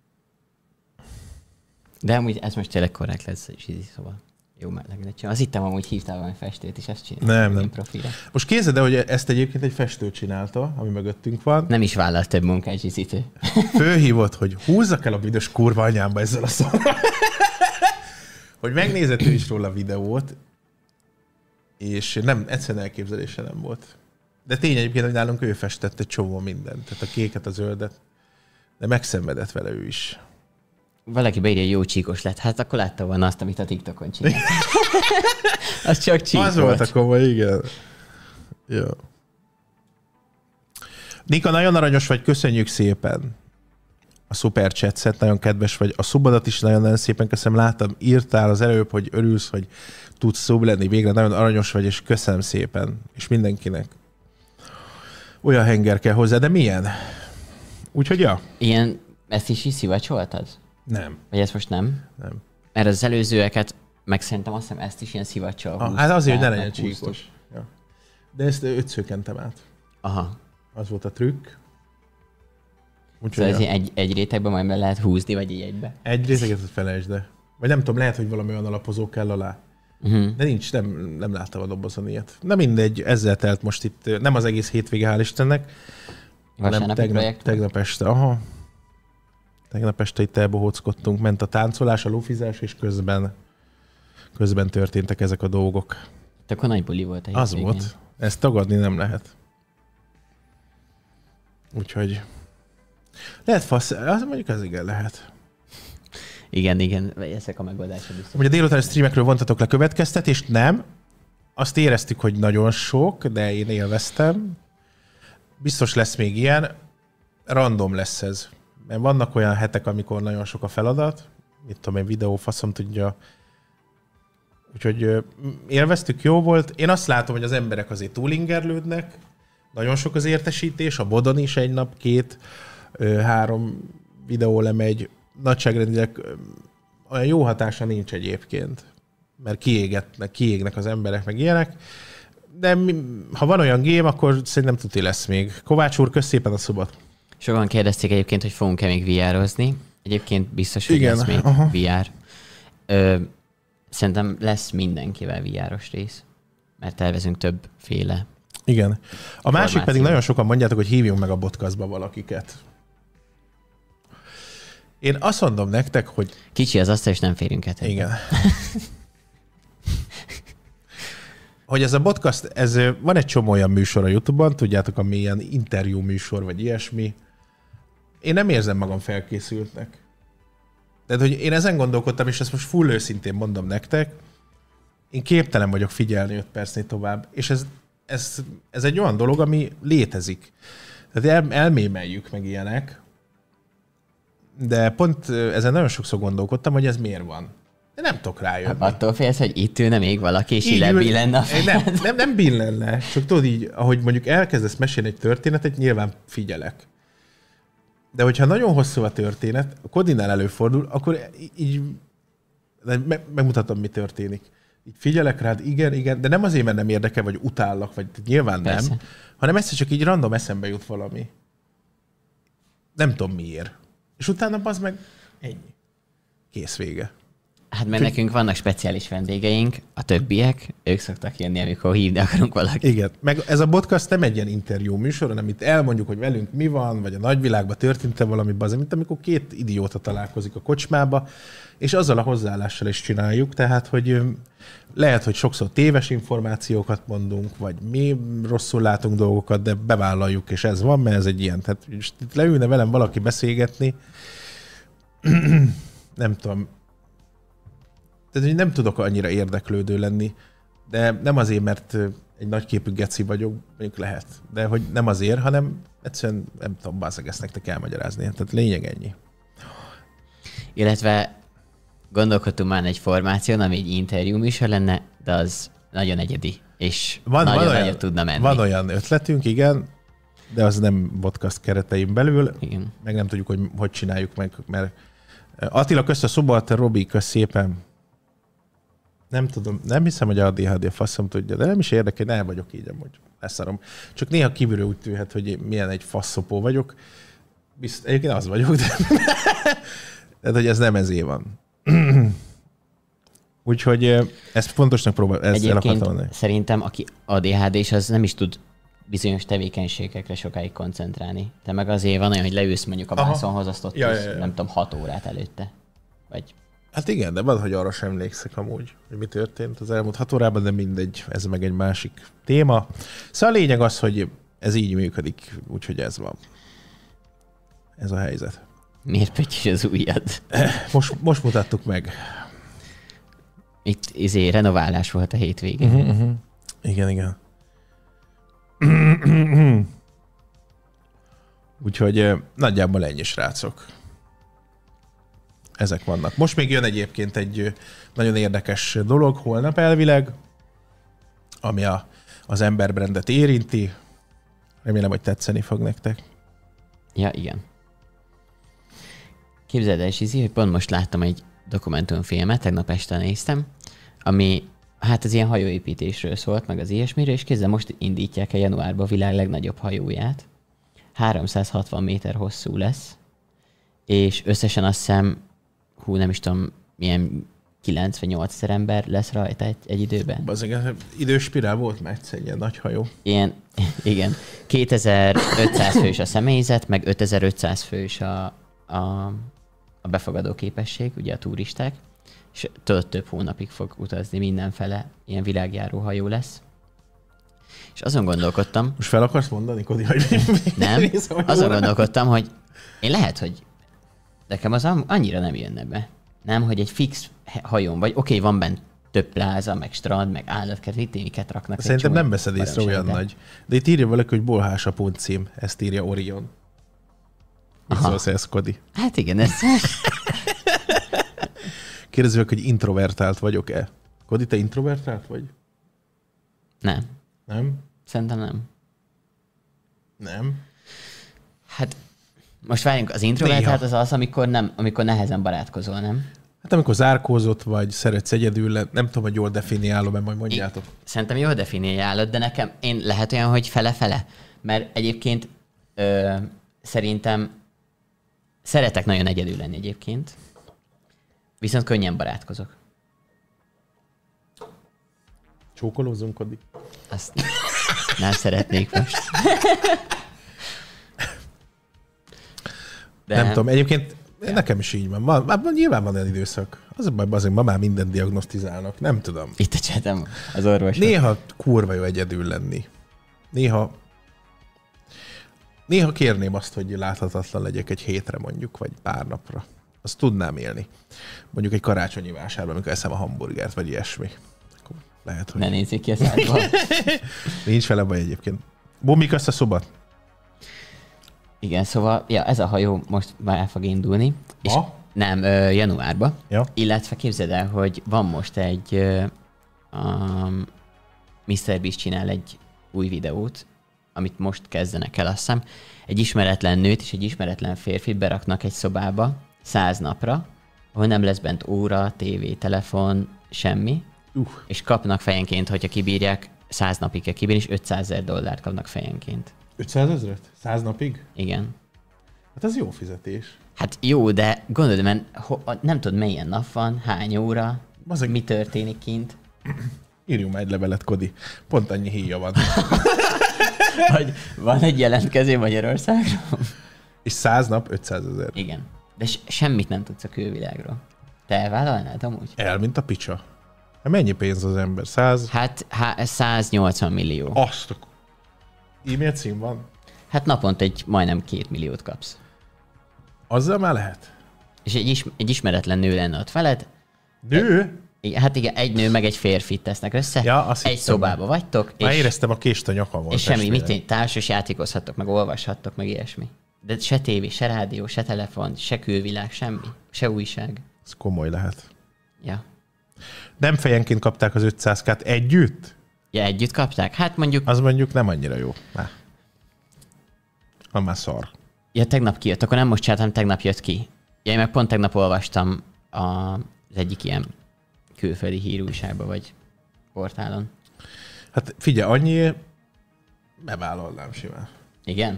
De amúgy ez most tényleg korrekt lesz, Zsizi, szóval jó melleget. Azt hittem, amúgy hívtál valami festőt, és ezt csináltam. Nem, nem. Profilra. Most képzeld el, hogy ezt egyébként egy festő csinálta, ami mögöttünk van. Nem is vállalt több munkát, Zsizitő. Fölhívott, hogy húzzak el a büdös kurva anyámba ezzel a szóval. Hogy megnézett ő is róla a videót, és nem, egyszerűen elképzelése nem volt. De tény egyébként, hogy nálunk ő festett egy csomó mindent. Tehát a kéket, a zöldet. De megszenvedett vele ő is. Valaki beírja, hogy jó csíkos lett. Hát akkor látta volna azt, amit a TikTokon csinált. Az csak csík Az volt a komoly, igen. Jó. Nika, nagyon aranyos vagy, köszönjük szépen. a Super Chatset, nagyon kedves vagy. A szobadat is nagyon-nagyon szépen köszönöm. Láttam, írtál az előbb, hogy örülsz, hogy tudsz szób lenni. Végre nagyon aranyos vagy, és köszönöm szépen. És mindenkinek. Olyan henger kell hozzá, de milyen? Úgyhogy ja. Ilyen, ezt is szivacsoltad? Nem. Vagy ezt most nem? Nem. Mert az előzőeket, meg szerintem azt hiszem ezt is ilyen szivacsal ah, Hát azért, hogy ne legyen csíkos. Ja. De ezt ötször kentem át. Aha. Az volt a trükk. Úgyhogy szóval ja. egy, egy rétegben majd be lehet húzni, vagy így egybe? Egy réteget felejtsd, de. Vagy nem tudom, lehet, hogy valami olyan alapozó kell alá. Uh-huh. De nincs, nem, nem láttam a dobozon ilyet. Na mindegy, ezzel telt most itt, nem az egész hétvége, hál' Istennek, hanem tegnap, tegnap este, aha. Tegnap este itt elbohóckodtunk, ment a táncolás, a lufizás, és közben, közben történtek ezek a dolgok. Te akkor nagy buli volt a hétvégén. Az volt. Ezt tagadni nem lehet. Úgyhogy lehet fasz, az mondjuk az igen lehet. Igen, igen, ezek a megoldások biztos. Ugye a délutáni streamekről vontatok le következtetést, nem. Azt éreztük, hogy nagyon sok, de én élveztem. Biztos lesz még ilyen. Random lesz ez. Mert vannak olyan hetek, amikor nagyon sok a feladat. Mit tudom én, videó, faszom tudja. Úgyhogy élveztük, jó volt. Én azt látom, hogy az emberek azért túlingerlődnek. Nagyon sok az értesítés. A bodon is egy nap, két, három videó lemegy. Nagyságrendileg olyan jó hatása nincs egyébként, mert kiégetnek, kiégnek az emberek, meg ilyenek. De mi, ha van olyan game, akkor szerintem tuti lesz még. Kovács úr, kösz szépen a szobat. Sokan kérdezték egyébként, hogy fogunk-e még vé er-ozni. Egyébként biztos, hogy igen, lesz még aha. vé er. Ö, szerintem lesz mindenkivel vé er-os rész, mert tervezünk többféle. Igen. A formáció. Másik pedig nagyon sokan mondjátok, hogy hívjunk meg a podcastba valakiket. Én azt mondom nektek, hogy... Kicsi az asztal, és nem férünk át. Igen. Hogy ez a podcast, ez, van egy csomó olyan műsor a YouTube-on, tudjátok, ami ilyen interjú műsor, vagy ilyesmi. Én nem érzem magam felkészültnek. Tehát, hogy én ezen gondolkodtam, és ezt most full őszintén mondom nektek, én képtelen vagyok figyelni öt percnél tovább, és ez, ez, ez egy olyan dolog, ami létezik. Tehát el, elmémeljük meg ilyenek, de pont ezen nagyon sokszor gondolkodtam, hogy ez miért van. De nem tudok rájönni. Hát attól félsz, hogy itt ülne még valaki, és így lebillenne a nem, nem, nem billenne. Csak tudod így, ahogy mondjuk elkezdesz mesélni egy történetet, nyilván figyelek. De hogyha nagyon hosszú a történet, a Kodinál előfordul, akkor így megmutatom, mi történik. Így figyelek rád, igen, igen, de nem azért, mert nem érdekel, vagy utállak, vagy nyilván nem, persze. Hanem egyszer csak így random eszembe jut valami. Nem tudom miért. És utána az meg ennyi. Kész, vége. Hát mert Úgy, nekünk vannak speciális vendégeink, a többiek, ők szoktak jönni, amikor hívni akarunk valakit. Igen, meg ez a podcast nem egy ilyen interjú műsor, hanem itt elmondjuk, hogy velünk mi van, vagy a nagyvilágban történt-e valami bazem, mint amikor két idióta találkozik a kocsmába, és azzal a hozzáállással is csináljuk, tehát, hogy lehet, hogy sokszor téves információkat mondunk, vagy mi rosszul látunk dolgokat, de bevállaljuk, és ez van, mert ez egy ilyen. Tehát itt leülne velem valaki beszélgetni, nem tudom, tehát nem tudok annyira érdeklődő lenni, de nem azért, mert egy nagyképű geci vagyok, mondjuk lehet, de hogy nem azért, hanem egyszerűen nem tudom, bászeg ezt nektek elmagyarázni. Tehát lényeg ennyi. Illetve gondolkodtunk már egy formáción, ami egy interjú műsor lenne, de az nagyon egyedi, és van, nagyon van olyan, tudna menni. Van olyan ötletünk, igen, de az nem podcast keretein belül, igen. Meg nem tudjuk, hogy hogy csináljuk meg, mert Attila, kösz a szobat, Robi, kösz szépen. Nem tudom, nem hiszem, hogy a á dé há dé a faszom tudja, de nem is érdekel, nem vagyok így amúgy. Leszarom. Csak néha kívülről úgy tűnhet, hogy milyen egy faszopó vagyok. Bizt, egyébként az vagyok, de... Tehát, hogy ez nem ezé van. Úgyhogy ezt fontosnak próbál, ezt el akartam mondani. Szerintem, aki á dé há dés, az nem is tud bizonyos tevékenységekre sokáig koncentrálni. Te meg azért van olyan, hogy leülsz mondjuk a vászonhoz, azt ott ja, is, ja, ja. nem tudom, hat órát előtte. Vagy... Hát igen, de van, hogy arra sem emlékszek amúgy, hogy mi történt az elmúlt hat órában, de mindegy, ez meg egy másik téma. Szóval a lényeg az, hogy ez így működik, úgyhogy ez van. Ez a helyzet. Miért pöttyös az ujjad? Most, most mutattuk meg. Itt izé, renoválás volt a hétvégén. Uh-huh, uh-huh. Igen, igen. Úgyhogy nagyjából ennyi, srácok. ezek vannak. Most még jön egyébként egy nagyon érdekes dolog, holnap elvileg, ami a, az emberbrandet érinti. Remélem, hogy tetszeni fog nektek. Ja, igen. Képzeld el, Zsizi, hogy pont most láttam egy dokumentumfilmet, tegnap este néztem, ami hát az ilyen hajóépítésről szólt, meg az ilyesmiről, és kézzel most indítják el januárban a világ legnagyobb hajóját. háromszázhatvan méter hosszú lesz, és összesen azt hiszem, hú, nem is tudom, milyen kilenc vagy nyolc ezer ember lesz rajta egy, egy időben. Azért időspirál volt már egyszer ilyen nagy hajó. Ilyen, igen. kétezer-ötszáz fős a személyzet, meg ötezer-ötszáz fős a, a, a befogadó képesség, ugye a turisták, és több, több hónapig fog utazni mindenfele, ilyen világjáró hajó lesz. És azon gondolkodtam... Most fel akarsz mondani, Kodi, hogy nem, azon gondolkodtam, hogy én lehet, hogy nekem az annyira nem jönne be. Nem, hogy egy fix hajón vagy, oké, okay, van benne több pláza, meg strand, meg állatkert, miket raknak. Szerintem nem veszed észre olyan nagy. De itt írja valaki, hogy bolhása pont cím. Ezt írja Orion. Mit szólsz ez, Kodi? Hát igen, ez... Kérdezzük, hogy introvertált vagyok-e? Kodi, te introvertált vagy? Nem. Nem? Szerintem nem. Nem? Hát most várjunk, az introvertált az az, amikor, nem, amikor nehezen barátkozol, nem? Hát amikor zárkózott vagy, szeretsz egyedül lenni, nem tudom, hogy jól definiálom-e, majd mondjátok. Én, szerintem jól definiálod, de nekem én lehet olyan, hogy fele-fele. Mert egyébként ö, szerintem szeretek nagyon egyedül lenni egyébként, viszont könnyen barátkozok. Csókolózzunk, Kodi? Azt nem szeretnék most. De nem tudom, egyébként ja. Nekem is így van. Ma, ma, nyilván van olyan időszak. Az a baj, azért ma már mindent diagnosztizálnak. Nem tudom. Itt a csetem az orvos. Néha kurva jó egyedül lenni. Néha néha kérném azt, hogy láthatatlan legyek egy hétre mondjuk, vagy pár napra. Azt tudnám élni. Mondjuk egy karácsonyi vásárban, amikor eszem a hamburgert, vagy ilyesmi. Akkor lehet, hogy... Ne nézzék ki a szádba. Nincs vele baj egyébként. Bombik azt a szobat? Igen, szóval ja, ez a hajó most már el fog indulni. És ha? Nem, ö, januárban. Ja. Illetve képzeld el, hogy van most egy... Ö, um, miszter Beast csinál egy új videót, amit most kezdenek el, azt hiszem. Egy ismeretlen nőt és egy ismeretlen férfit beraknak egy szobába száz napra, ahol nem lesz bent óra, tévé, telefon, semmi. Uh. És kapnak fejenként, hogyha kibírják, száz napig kell kibírni, és ötszázezer dollárt kapnak fejenként. ötszázezret? száz napig? Igen. Hát ez jó fizetés. Hát jó, de gondolod, mert ho- nem tudod, milyen nap van, hány óra, Azok... mi történik kint. Írjunk már egy levelet, Kodi. Pont annyi híja van. Hogy van egy jelentkező Magyarországról? És száz nap, ötszázezer. Igen. De s- semmit nem tudsz a külvilágról. Te elvállalnád amúgy? El, mint a picsa. Hát mennyi pénz az ember? Száz? Hát há- száznyolcvan millió. Azt a... E-mail cím van? Hát naponta egy majdnem két milliót kapsz. Azzal már lehet? És egy, is- egy ismeretlen nő lenne ott veled. Nő? Igen, hát igen, egy nő meg egy férfit tesznek össze. Ja, azt egy hittem. szobába vagytok. Már és, éreztem a kést a nyakamon. és semmi, mit én, társas játékozhattok, meg olvashattok, meg ilyesmi. De se tévé, se rádió, se telefon, se külvilág, semmi. Se újság. Ez komoly lehet. Ja. Nem fejenként kapták az ötszázkát együtt? Ja, együtt kapták? Hát mondjuk... Az mondjuk nem annyira jó. Már. Az már szar. Ja, tegnap kijött, akkor nem most csináltam, tegnap jött ki. Ja, én meg pont tegnap olvastam a, az egyik ilyen külföldi hírújságban, vagy portálon. Hát figyelj, annyi bevállalnám simán. Igen?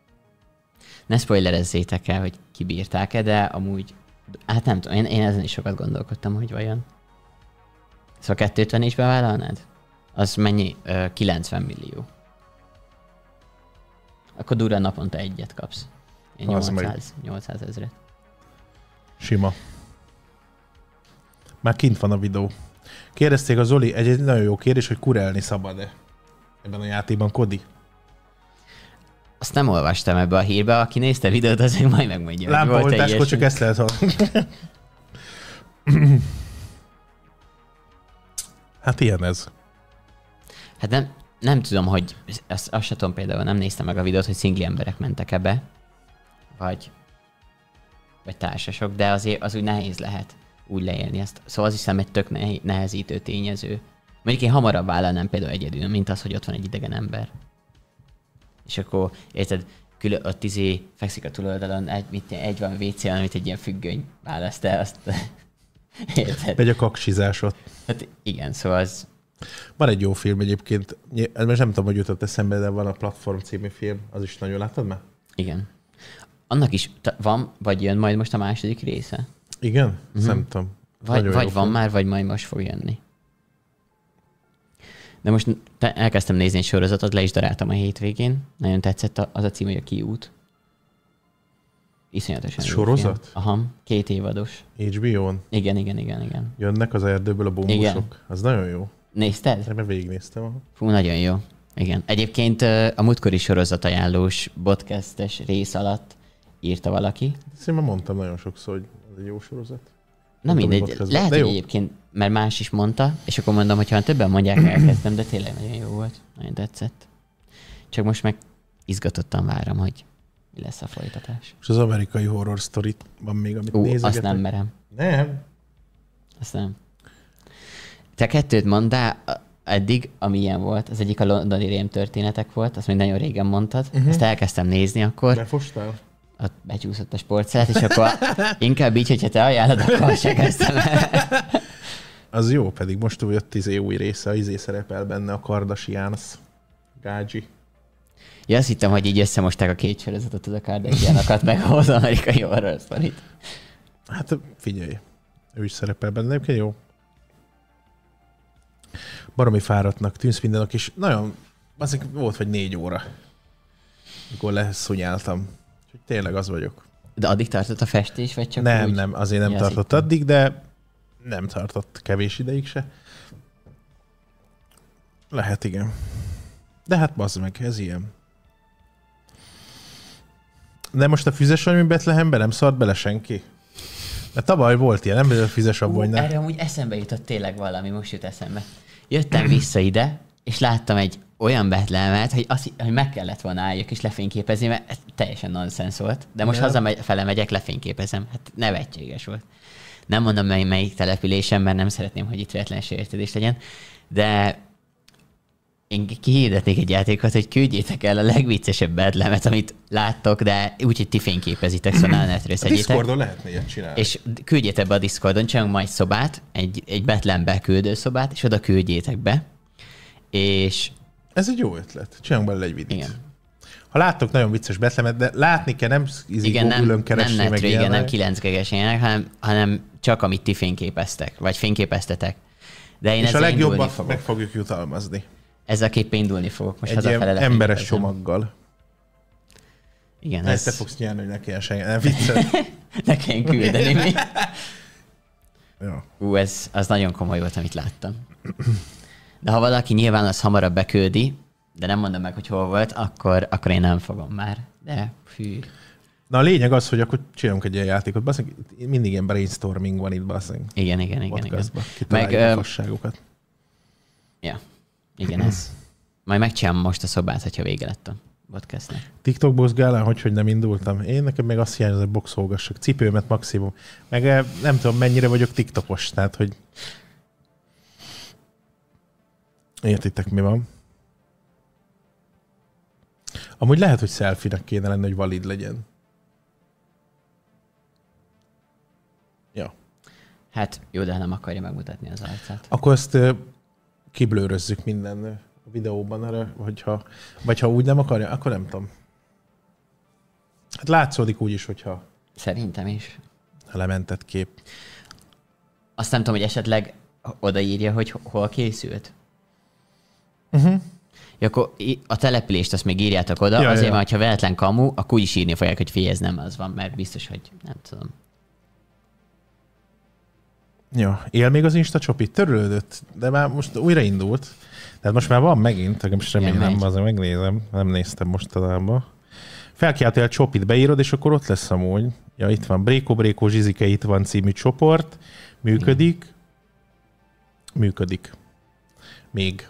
Ne spoilerezzétek el, hogy kibírták-e, de amúgy... Hát nem tudom, én, én ezen is sokat gondolkodtam, hogy vajon. Szóval kettőtven is bevállalnád? Az mennyi? Ö, kilencven millió. Akkor durva naponta egyet kapsz. Én nyolcszáz, nyolcszáz ezret. Sima. Már kint van a videó. Kérdezték a Zoli, egy, egy nagyon jó kérdés, hogy kurelni szabad-e ebben a játékban, Kodi? Azt nem olvastam ebbe a hírbe, aki nézte a videót, az még majd megmondja. Lámpaoltáskor csak ezt lehet hallani. Hát ilyen ez. Hát nem, nem tudom, hogy azt, azt sem tudom például, nem néztem meg a videót, hogy szingli emberek mentek ebbe, vagy vagy társasok, de azért az úgy nehéz lehet úgy leélni ezt. Szóval az hiszem egy tök nehezítő tényező. Mondjuk én hamarabb vállalnám például egyedül, mint az, hogy ott van egy idegen ember. És akkor, érted, külön, ott izé fekszik a túloldalon, egy, mit, egy van vé cé, amit egy ilyen függöny választ el, azt érted? Megy a kaksizásot. Hát igen, szóval az... Van egy jó film egyébként, most nem tudom, hogy jutott eszembe, de van a Platform című film, az is nagyon láttad már? Igen. Annak is van, vagy jön majd most a második része? Igen? Uh-huh. Nem tudom. Vagy, vagy van film. már, vagy majd most fog jönni. De most elkezdtem nézni egy sorozatot, le is daráltam a hétvégén. Nagyon tetszett az a cím, hogy a Kiút. Iszonyatosan jó sorozat? Film. Aha, két évados. há bé ó-n? Igen, igen, igen, igen. Jönnek az erdőből a bombusok. Igen. Az nagyon jó. Nézted? Én végignéztem. Aha. Fú, nagyon jó. Igen. Egyébként a múltkori sorozatajánlós podcastes rész alatt írta valaki. Ezt én már mondtam nagyon sokszor, hogy ez egy jó sorozat. Na mindegy, lehet, hogy egyébként, mert más is mondta, és akkor mondom, hogy ha többen mondják, elkezdtem, de tényleg nagyon jó volt. Nagyon tetszett. Csak most meg izgatottan várom, hogy mi lesz a folytatás. És az amerikai horror sztori van még, amit Ú, nézegetek? azt nem merem. Nem? Azt nem. Te kettőt mondál eddig, ami ilyen volt. Az egyik a londoni rémtörténetek volt, azt még nagyon régen mondtad. Uh-huh. Azt elkezdtem nézni akkor. Befostál? Ott becsúszott a sportszert, és akkor inkább így, hogyha te ajánlod, akkor se kezdtem el. Az jó, pedig most jött izé új része, izé szerepel benne a Kardashians. Gágyi. Ja, azt hittem, hogy így összemosták a két sorozatot, az a Kardashianokat, meg az amerikai horror sztorit. Hát figyelj, ő is szerepel benne, egyébként jó. Baromi fáradtnak tűnsz mindenok, és nagyon, azért volt vagy négy óra, amikor leszonyáltam. Úgyhogy tényleg az vagyok. De addig tartott a festés, vagy csak Nem, úgy? nem, azért nem Mi tartott az addig, de nem tartott kevés ideig se. Lehet, igen. De hát bazd meg, ez ilyen. De most a Füzesanyú Betlehemben nem szart bele senki? Mert tavaly volt ilyen, nem ez a Füzesabonynál. Erre amúgy eszembe jutott tényleg valami, most jut eszembe. Jöttem vissza ide, és láttam egy olyan Betlehemet, hogy, azt, hogy meg kellett volna álljak és lefényképezni, mert ez teljesen nonsens volt. De most hazafele megyek, lefényképezem. Hát nevetséges volt. Nem mondom, mely, melyik településen, mert nem szeretném, hogy itt véletlen sértődés legyen, de én kihirdetnék egy játékot, hogy küldjétek el a legviccesebb Betlehemet, amit láttok, de úgy, hogy ti fényképezitek, szóval a netről szedjétek. A Discordon lehetne ilyet csinálni. És küldjétek be a Discordon, csinálunk majd szobát, egy, egy Betlehem beküldő szobát, és oda küldjétek be. És... Ez egy jó ötlet. Csinálunk belőle egy videót. Igen. Ha láttok nagyon vicces Betlehemet, de látni kell, nem igen, nem, keresni, nem meg netről, igen, nem kilenc geges ilyenek, hanem, hanem csak amit ti fényképeztek, vagy fényképeztetek. De én és a legjobban fogok. meg fogjuk jutalmazni. Ezzel képpen indulni fogok. Most egy ilyen emberes csomaggal. Igen, ez... Te fogsz nyerni, hogy ne kelljen senki. Nem viccel. Ne kelljen küldeni mi. Ja. Ú, ez az nagyon komoly volt, amit láttam. De ha valaki nyilván az hamarabb beküldi, de nem mondom meg, hogy hol volt, akkor, akkor én nem fogom már. De fű. Na a lényeg az, hogy akkor csinálunk egy ilyen játékot. Basszunk, mindig ilyen brainstorming van itt, basszunk. Igen, igen, igen. igen. Meg a fasságokat. Ja, igen, ez. Majd megcsinálom most a szobát, hogyha vége lett a podcastnek. TikTok boxgálán, hogy, hogy nem indultam. Én nekem meg azt hiányos, hogy boxolgassak. Cipőmet maximum. Meg nem tudom, mennyire vagyok TikTokos, tehát, hogy értitek, mi van. Amúgy lehet, hogy selfie-nek kéne lenni, hogy valid legyen. Ja. Hát jó, de nem akarja megmutatni az arcát. Akkor ezt kiblőrözzük minden a videóban, erre, hogyha, vagy ha úgy nem akarja, akkor nem tudom. Hát látszódik úgy is, hogyha szerintem is. Ha lementett kép. Azt nem tudom, hogy esetleg odaírja, hogy hol készült. Uh-huh. Ja, akkor a települést azt még írjátok oda, ja, azért, ja. mert ha véletlen kamu, akkor úgy is írni fogják, hogy figyelj, ez nem az van, mert biztos, hogy nem tudom. Ja, él még az Insta csopi? Törölődött, de már most újraindult. Tehát most már van megint, nekem is remélem, azért megnézem, nem néztem mostanában. Felkiáltja el csopit, beírod, és akkor ott lesz amúgy. Ja, itt van, Bréko Bréko Zsizike, itt van című csoport. Működik. Igen. Működik. Még.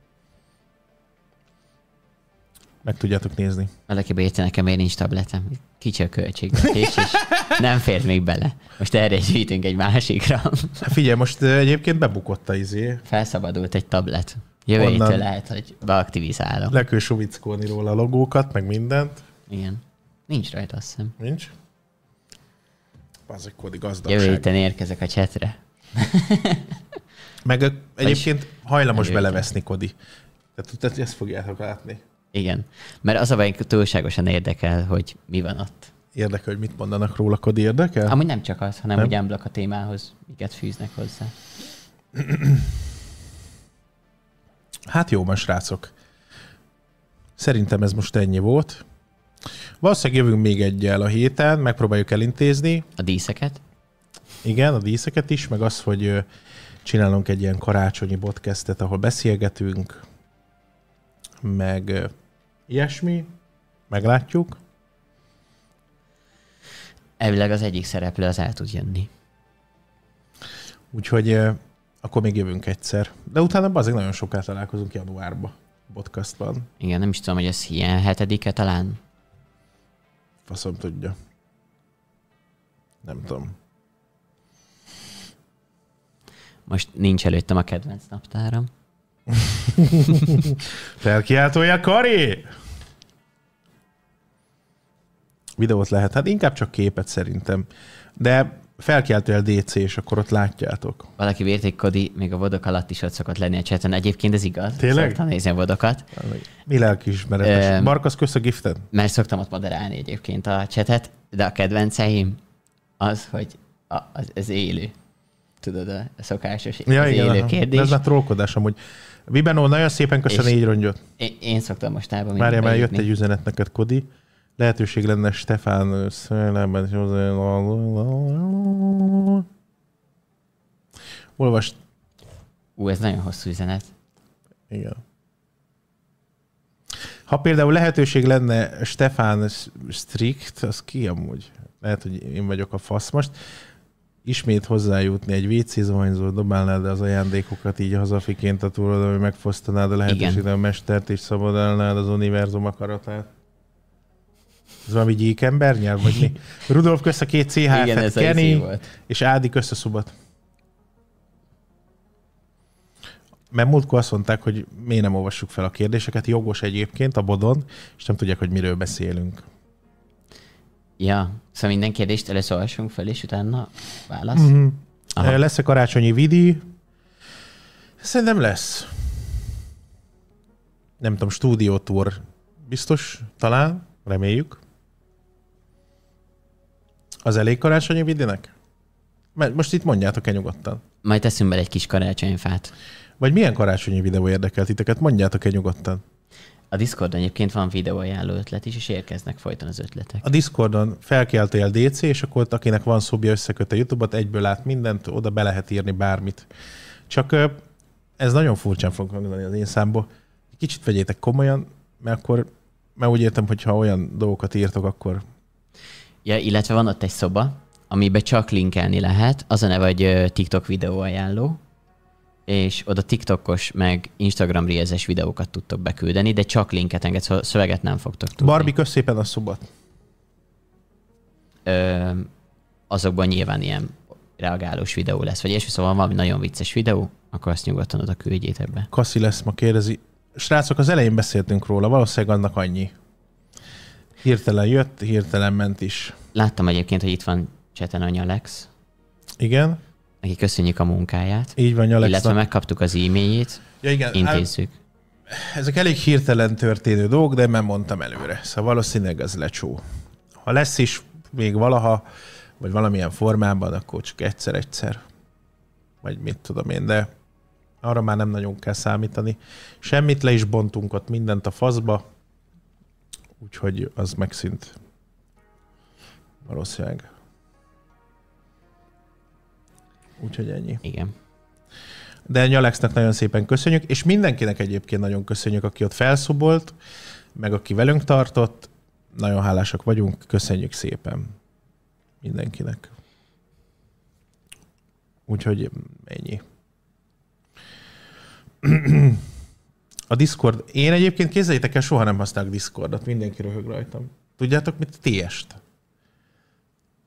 Meg tudjátok nézni. Valaki beírta nekem, miért nincs tabletem. kicsi a költségvetés, és nem fért még bele. Most erre gyűjtünk egy másikra. Figyelj, most egyébként bebukott a izé. Felszabadult egy tablet. Jövő Onnan héttől lehet, hogy beaktivizálom. Le kell suvickolni róla a logókat, meg mindent. Igen. Nincs rajta, azt hiszem. Nincs? Az egy kódi gazdagság. Jövő héten érkezek a chatre. Meg egyébként hajlamos jövő beleveszni, Kodi. Tehát, tehát ezt fogjátok látni. Igen. Mert az a baj, túlságosan érdekel, hogy mi van ott. Érdekel, hogy mit mondanak róla, Kodi, érdekel? Amúgy nem csak az, hanem nem? hogy unblock a témához, miket fűznek hozzá. Hát jó, ma srácok. Szerintem ez most ennyi volt. Valószínűleg jövünk még egyel a héten, megpróbáljuk elintézni. A díszeket? Igen, a díszeket is, meg az, hogy csinálunk egy ilyen karácsonyi podcastet, ahol beszélgetünk, meg ilyesmi, meglátjuk. Elvileg az egyik szereplő az el tud jönni. Úgyhogy akkor még jövünk egyszer. De utána azért nagyon soká találkozunk januárban podcastban. Igen, nem is tudom, hogy ez ilyen hetedike talán. Faszom tudja. Nem tudom. Most nincs előttem a kedvenc naptáram. Felkiáltója, Kari! Videót lehet, hát inkább csak képet szerintem. De felkiáltója dé cé, és akkor ott látjátok. Valaki vérték, Kodi, még a vodok alatt is ott szokott lenni a chaten. Egyébként ez igaz. Tényleg? Szoktam nézni a vodokat. Mi lelkiismeretes. Öm, Markasz, kösz a gifted. Mert szoktam ott moderálni egyébként a chatet, de a kedvenceim az, hogy a, az, az élő. Tudod, a szokásos Ja, az igen, élő aha. kérdés. De ez már trollkodás amúgy. Vibenó, nagyon szépen köszönöm négy rongyot. Én, én szoktam mostában Várjál, már jött beírni. egy üzenet neked, Kodi. Lehetőség lenne Stefán szőlemben. Olvast. Ú, ez nagyon hosszú üzenet. Igen. Ha például lehetőség lenne Stefán Strikt, az ki amúgy? Lehet, hogy én vagyok a fasz most. Ismét hozzájutni egy vé cé zuhanyzó, dobálnád az ajándékokat így hazafiként a túrodon, hogy megfosztanád a lehetőséget a mestert, és szabadálnád az univerzum akaratát. Ez valami gyíkember nyelv, vagy mi? Rudolf, kösz a két cé há ef-et, Kenny, és Ádi, kösz a szubat. Mert múltkor azt mondták, hogy miért nem olvassuk fel a kérdéseket, jogos egyébként a bodon, és nem tudják, hogy miről beszélünk. Ja, szóval minden kérdést először olvassunk fel, és utána válasz. Mm-hmm. Aha. Lesz-e karácsonyi vidi? Szerintem lesz. Nem tudom, stúdiótúr biztos, talán, reméljük. Az elég karácsonyi vidinek? Mert most itt mondjátok-e nyugodtan? Majd teszünk bele egy kis karácsonyfát. Vagy milyen karácsonyi videó érdekel titeket? Mondjátok-e nyugodtan? A Discordon egyébként van videóajánló ötlet is, és érkeznek folyton az ötletek. A Discordon felkiáltójel dé cé, és akkor ott, akinek van szubja, összeköt a YouTube-ot, egyből lát mindent, oda be lehet írni bármit. Csak ez nagyon furcsán fog hangzani az én számból. Kicsit vegyétek komolyan, mert akkor, mert úgy értem, hogy ha olyan dolgokat írtok, akkor... Ja, illetve van ott egy szoba, amiben csak linkelni lehet. Az a neve, hogy TikTok videóajánló, és oda TikTokos meg Instagram reelzes videókat tudtok beküldeni, de csak linket enged, szóval szöveget nem fogtok tudni. Barbie, kösz szépen a szobat. Ö, azokban nyilván ilyen reagálós videó lesz, vagy és szóval valami nagyon vicces videó, akkor azt nyugodtan oda küldjétek be. Kassi lesz, ma kérdezi. Srácok, az elején beszéltünk róla, valószínűleg annak annyi. Hirtelen jött, hirtelen ment is. Láttam egyébként, hogy itt van chaten a Nyalex. Igen. Neki köszönjük a munkáját. Így van, Nyalexnak. Illetve megkaptuk az e-mailjét. Ja, igen. Intézzük. Ezek elég hirtelen történő dolgok, de nem mondtam előre. Szóval valószínűleg ez lecsó. Ha lesz is még valaha, vagy valamilyen formában, akkor csak egyszer-egyszer. Vagy mit tudom én, de arra már nem nagyon kell számítani. Semmit le is bontunk ott, mindent a faszba. Úgyhogy az megszűnt. Valószínűleg. Úgyhogy ennyi. Igen. De Nyalexnek nagyon szépen köszönjük, és mindenkinek egyébként nagyon köszönjük, aki ott felszobolt, meg aki velünk tartott. Nagyon hálásak vagyunk, köszönjük szépen mindenkinek. Úgyhogy ennyi. A Discord. Én egyébként képzeljétek el, soha nem használok Discordot, mindenki röhög rajtam. Tudjátok mit? té est.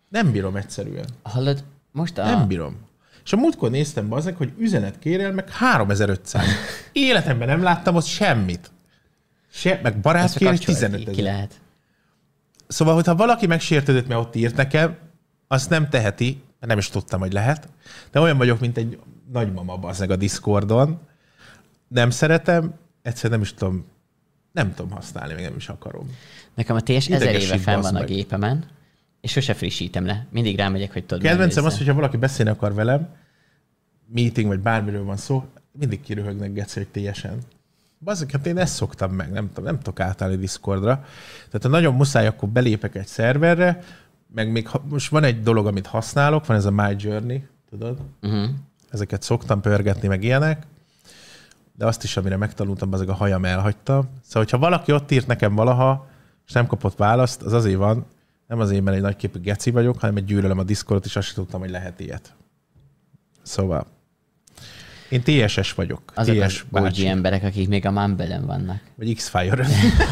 Nem bírom egyszerűen. Hallod, most a... Nem bírom. És a múltkor néztem bazdmeg, hogy üzenet kérel, meg háromezer-ötszáz. Életemben nem láttam ott semmit. Se, meg barát kér, és tizenötezer. Ki lehet. Szóval, hogyha valaki megsértődött, mert ott írt nekem, azt nem teheti, mert nem is tudtam, hogy lehet. De olyan vagyok, mint egy nagymama bazdmeg a Discordon. Nem szeretem, egyszerűen nem is tudom, nem tudom használni, még nem is akarom. Nekem a té es ezer éve fenn van a gépemen, és sose frissítem le. Mindig rámegyek, hogy tudod. Kedvencem az, hogyha valaki beszélni akar velem, meeting vagy bármiről van szó, mindig kiröhögnek geci, hogy té esen. Bazzak, hát én ezt szoktam meg, nem, tudom, nem tudok átállni Discordra. Tehát ha nagyon muszáj, akkor belépek egy szerverre, meg még ha, most van egy dolog, amit használok, van ez a My Journey, tudod? Uh-huh. Ezeket szoktam pörgetni, meg ilyenek, de azt is, amire megtanultam, azok a hajam elhagyta. Szóval, hogyha valaki ott írt nekem valaha, és nem kapott választ, az azért van, nem azért, mert egy nagyképű geci vagyok, hanem egy gyűlölöm a Discordot, és azt sem tudtam, hogy lehet ilyet. Szóval én té es es vagyok. Azok té es az ó gé emberek, akik még a Mumble-en vannak. Vagy X-Fire-en.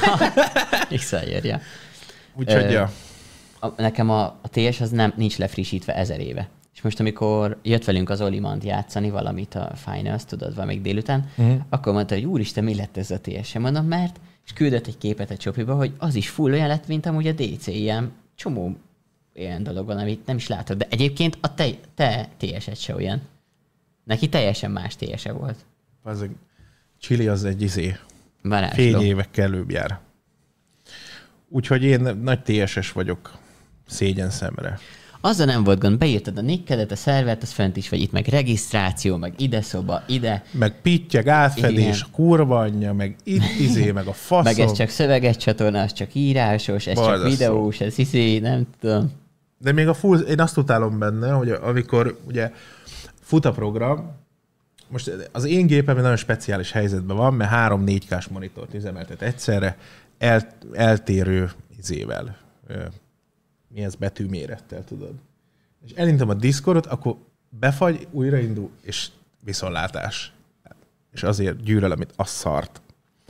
X-Fire, ja. Úgyhogy, ja. A, nekem a, a té es az nem, nincs lefrissítve ezer éve. És most, amikor jött velünk az Olimant játszani valamit a Finals, tudod, valamelyik délután, uh-huh. akkor mondta, hogy úristen, mi lett ez a té es? Mondom, mert, és küldött egy képet egy csopiba, hogy az is full olyan lett, mint amúgy a dé cé, ilyen csomó ilyen dolog van, amit nem is látod. De egyébként a te, te té es-et se olyan. Neki teljesen más té es-e volt. Az a Chili az egy izé. Varázsló. Fény évekkel előbb jár. Úgyhogy én nagy té es es vagyok. Szégyen szemre. Azzal nem volt gond, beírtad a nickedet, a szervert, az fönt is vagy itt, meg regisztráció, meg ide szoba, ide. Meg pittyeg, átfedés, igen. Kurva anyja, meg itt izé, meg a faszom. Meg ez csak szöveges csatorna, az csak írásos, ez Baldasszó. Csak videós, ez izé, nem tudom. De még a full, én azt utálom benne, hogy amikor ugye fut a program, most az én gépem nagyon speciális helyzetben van, mert három négy kás monitort üzemeltet egyszerre, el, eltérő izével. Mi ez betűmérettel, tudod. És elindítom a Discordot, akkor befagy, újraindul, és viszontlátás. És azért gyűlölöm itt a szart.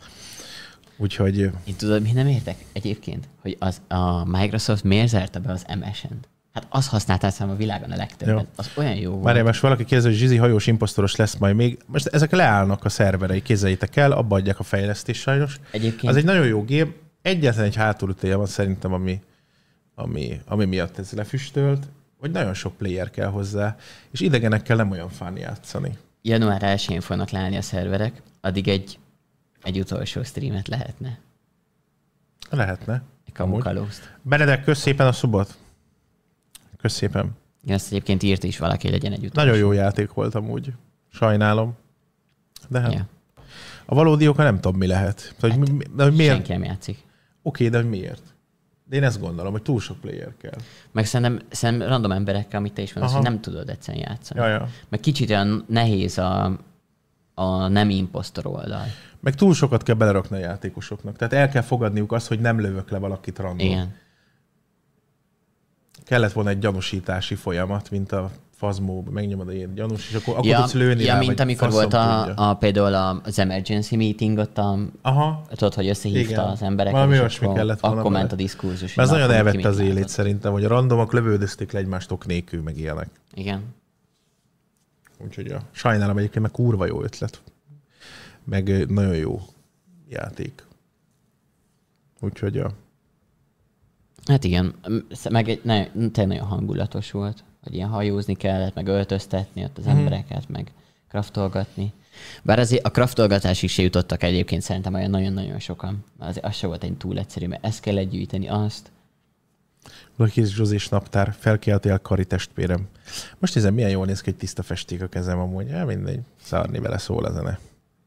Úgyhogy... Én tudod, mi nem értek egyébként? Hogy az, a Microsoft miért zárta be az em es-en? Hát azt használtál szám a világon a legtöbbet. Jó. Az olyan jó volt. Már most valaki kérdezi, hogy Zsizi hajós imposztoros lesz majd még. Most ezek leállnak a szerverei, kézzeljétek el, abba adják a fejlesztés sajnos. Egyébként... Az egy nagyon jó gép. Egyetlen egy hátulütője van szerintem, ami, ami, ami miatt ez lefüstölt, hogy nagyon sok player kell hozzá, és idegenekkel nem olyan fán játszani. január elsején fognak leállni a szerverek, addig egy, egy utolsó streamet lehetne. Lehetne. Egy kamukalózt. Benedek, kösz szépen a szubot. Kösz szépen. Ja, azt egyébként írt is valaki, hogy legyen egy utolsó. Nagyon jó játék volt amúgy. Sajnálom. De hát... Ja. A valódi oka nem tudom, mi lehet. Hogy hát, mi, de hogy miért? Senki nem játszik. Oké, de hogy miért? De én ezt gondolom, hogy túl sok player kell. Meg szerintem, szerintem random emberekkel, amit te is mondasz, hogy nem tudod egyszerűen játszani. Ja, ja. Meg kicsit olyan nehéz a, a nem imposztor oldal. Meg túl sokat kell belerakni a játékosoknak. Tehát el kell fogadniuk azt, hogy nem lövök le valakit random. Igen. Kellett volna egy gyanúsítási folyamat, mint a Fazmóban, megnyomod a ilyen gyanús, és akkor, akkor ja, tudsz lőni ja, rá, mint amikor volt a, a, például az emergency meeting, ott a, aha. tudod, hogy összehívta igen. az embereket, valami olyasmi kellett volna. Akkor ment a diskurzus. Mert ez nagyon elvette az élét szerintem, hogy a randomok lövődözték le egymást ok nélkül, meg ilyenek. Igen. Úgyhogy ja. Sajnálom egyébként, mert kurva jó ötlet. Meg nagyon jó játék. Úgyhogy ja. Hát igen, meg egy, ne, tényleg nagyon hangulatos volt, hogy ilyen hajózni kellett, meg öltöztetni ott az mm-hmm. embereket, meg kraftolgatni. Bár azért a kraftolgatásig se jutottak egyébként szerintem olyan nagyon-nagyon sokan. Azért az se volt egy túl egyszerű, mert ezt kell gyűjteni, azt. Lakis Zsuzis naptár, felkeltél Kari testvérem. Most nézem, milyen jól néz ki, hogy tiszta festék a kezem amúgy. Ja, mindegy, szarni vele szól a zene.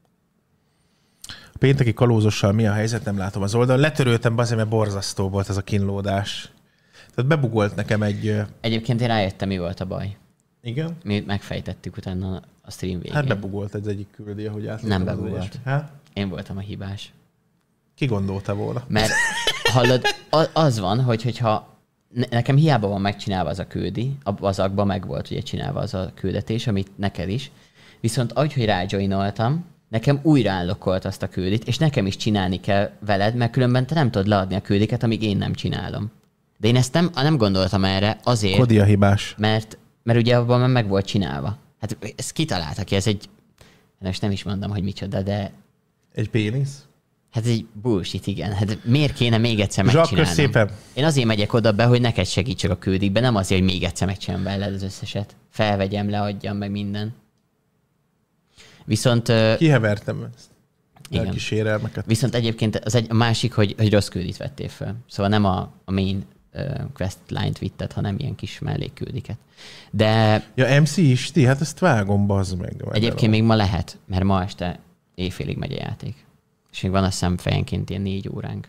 A pénteki kalózossal mi a helyzet? Nem látom az oldalon. Letöröltem be azért, mert borzasztó volt ez a kínlódás. Tehát bebugolt nekem egy... Egyébként én rájöttem, mi volt a baj. Igen? Mi megfejtettük utána a stream végén. Hát bebugolt egy egyik küldi, ahogy átlatom. Nem bebugolt. Hát? Én voltam a hibás. Ki gondolta volna? Mert hallod, az van, hogy hogyha nekem hiába van megcsinálva az a küldi, az akban meg volt ugye csinálva az a küldetés, amit neked is, viszont ahogy, hogy rájoinoltam, nekem újra állokolt azt a küldit, és nekem is csinálni kell veled, mert különben te nem tudod leadni a küldiket, amíg én nem csinálom. De én ezt nem, nem gondoltam erre azért, Kodi a hibás. mert, mert ugye abban már meg volt csinálva. Hát ezt kitalálta ki, ez egy, most nem is mondom, hogy micsoda, de Egy pénisz? hát egy bullshit, igen. Hát miért kéne még egyszer Zsák, megcsinálnom? szépen. Én azért megyek oda be, hogy neked segítsek a küldikbe, nem azért, hogy még egyszer megcsinálom veled az összeset. Felvegyem, leadjam meg minden. Viszont... ö, Kihevertem ezt. Igen. Elkísérelmeket. Viszont egyébként az egy, a másik, hogy, hogy rossz küldit vettél fel. Szóval nem a, a main uh, quest line-t vitted, hanem ilyen kis mellékküldiket. De Ja, em cé Isti, hát ezt vágom, bazd meg. egyébként még ma lehet, mert ma este éjfélig megy a játék. És még van azt hiszem fejenként ilyen négy óránk.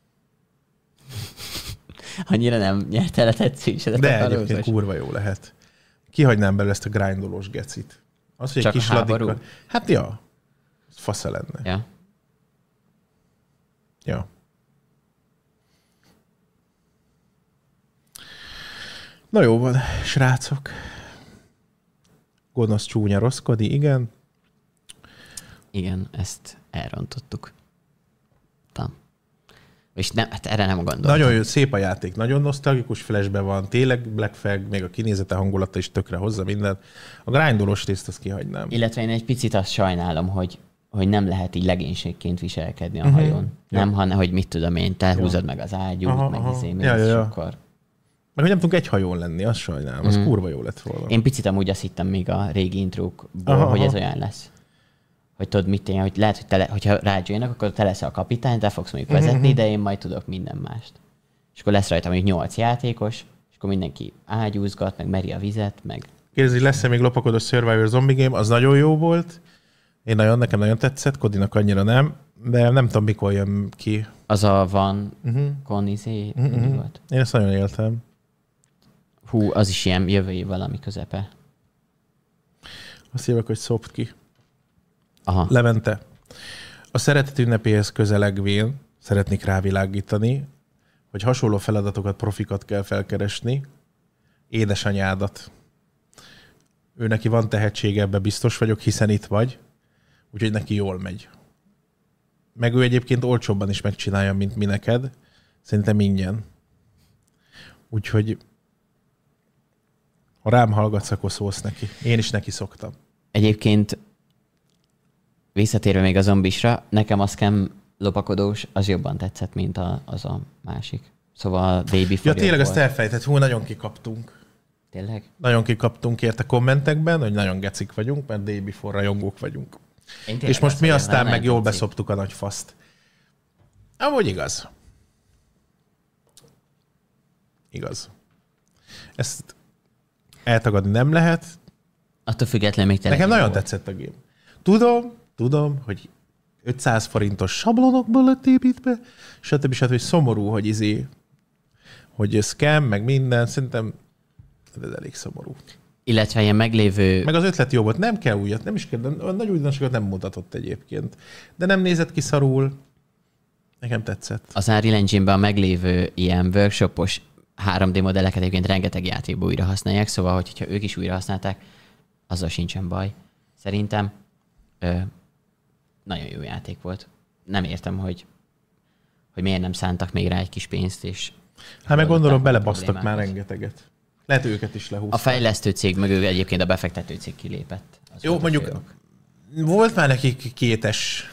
Annyira nem nyert el a tetszésedet. De a egyébként kalózos. kurva jó lehet. Kihagynám belőle ezt a grindolós gecit. Az, hogy Csak egy kis a háború? ladikkal... Hát ja. Fasza lenne. Ja. Ja. Na jó van, srácok. Gonosz csúnya rosszkodi, igen. Igen, ezt elrontottuk. Tam. És nem, hát erre nem gondoltam. Nagyon jó, szép a játék, nagyon nosztalgikus, flashbe van, tényleg Black Flag, még a kinézete, hangulata is tökre hozza mindent. A grindolós részt azt kihagynám. Illetve én egy picit azt sajnálom, hogy, hogy nem lehet így legénységként viselkedni a Mhm. hajón. Nem, Ja. hanem, hogy mit tudom én, te Ja. húzod meg az ágyút, Aha, meg aha. izé, meg Ja, ja, ja, ja, ja. akkor... Meg hogy nem tudunk egy hajón lenni, azt sajnálom, az Mhm. kurva jó lett volna. Én picit amúgy azt hittem még a régi intrókból, Aha, hogy aha. ez olyan lesz. Hogy tudod mit tenni, hogy lehet, hogy te le, hogyha rájönnek, akkor te leszel a kapitány, te fogsz mondjuk Mhm, vezetni, mhm. de én majd tudok minden mást. És akkor lesz rajta mondjuk nyolc játékos, és akkor mindenki ágyúzgat, meg meri a vizet, meg... Kérdezi, lesz-e még lopakodós Survivor Zombie Game? Az nagyon jó volt. Én nagyon, nekem nagyon tetszett, Kodinak annyira nem, de nem tudom, mikor jön ki. Az a van Uh-huh. konizé, Mhm, mi mhm. volt? Én ezt nagyon éltem. Hú, az is ilyen jövő év valami közepe. Azt hívják, hogy szopt ki. Aha. Levente. A szeretet ünnepéhez közelegvén szeretnék rávilágítani, hogy hasonló feladatokat, profikat kell felkeresni. Édesanyádat. Ő neki van tehetsége, ebbe biztos vagyok, hiszen itt vagy. Úgyhogy neki jól megy. Meg ő egyébként olcsóbban is megcsinálja, mint mi neked. Szerintem ingyen. Úgyhogy ha rám hallgatsz, akkor szólsz neki. Én is neki szoktam. Egyébként visszatérve még a zombisra, nekem a scam lopakodós az jobban tetszett, mint a, az a másik. Szóval a Day Before Ja, tényleg jobb ezt volt. elfejtett. Hú, nagyon kikaptunk. Tényleg? Nagyon kikaptunk érte kommentekben, hogy nagyon gecik vagyunk, mert Day Before rajongók vagyunk. Én tényleg És most azt mi mondom, aztán nem meg jól tetszik. beszoptuk a nagy faszt. Amúgy igaz. Igaz. Ezt eltagadni nem lehet. Attól függetlenül még tényleg Nekem jó nagyon volt. tetszett a game. Tudom, tudom, hogy ötszáz forintos sablonokból lett építve, stb. stb. Szomorú, hogy izé, hogy scam, meg minden. Szerintem ez elég szomorú. Illetve ilyen meglévő... Meg az ötlet jó volt, nem kell újat, nem is kell, de a nagy újdonságot nem mutatott egyébként. De nem nézett ki szarul. Nekem tetszett. Az Unreal Engine-ben a meglévő ilyen workshopos három dé modelleket egyébként rengeteg játékban újra használják, szóval, hogyha ők is újra használták, azzal sincsen baj. Szerintem ö, nagyon jó játék volt. Nem értem, hogy, hogy miért nem szántak még rá egy kis pénzt, és... Hát meg gondolom, oldották a belebasztak már problémákat. rengeteget. Lehet őket is lehúztak. A fejlesztő cég mögül egyébként a befektető cég kilépett. Az Jó, volt a mondjuk fő ok. volt már nekik kétes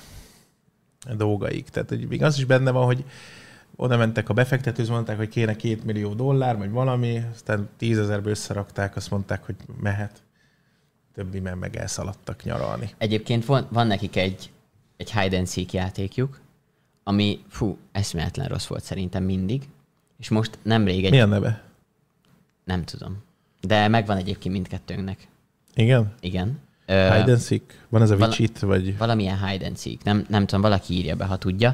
dolgaik. Tehát hogy még az is benne van, hogy oda mentek a befektetőhöz, mondták, hogy kéne két millió dollár, vagy valami, aztán tízezerből összerakták, azt mondták, hogy mehet. Többi meg meg elszaladtak nyaralni. Egyébként van, van nekik egy, egy hide and seek játékjuk, ami, fú, eszméletlen rossz volt szerintem mindig, és most nemrég egy... Mi a neve? Nem tudom. De megvan egyébként mindkettőnknek. Igen? Igen. Hide and seek? Van ez a vala- Witch It, vagy... Valamilyen hide and seek. Nem, nem tudom, valaki írja be, ha tudja.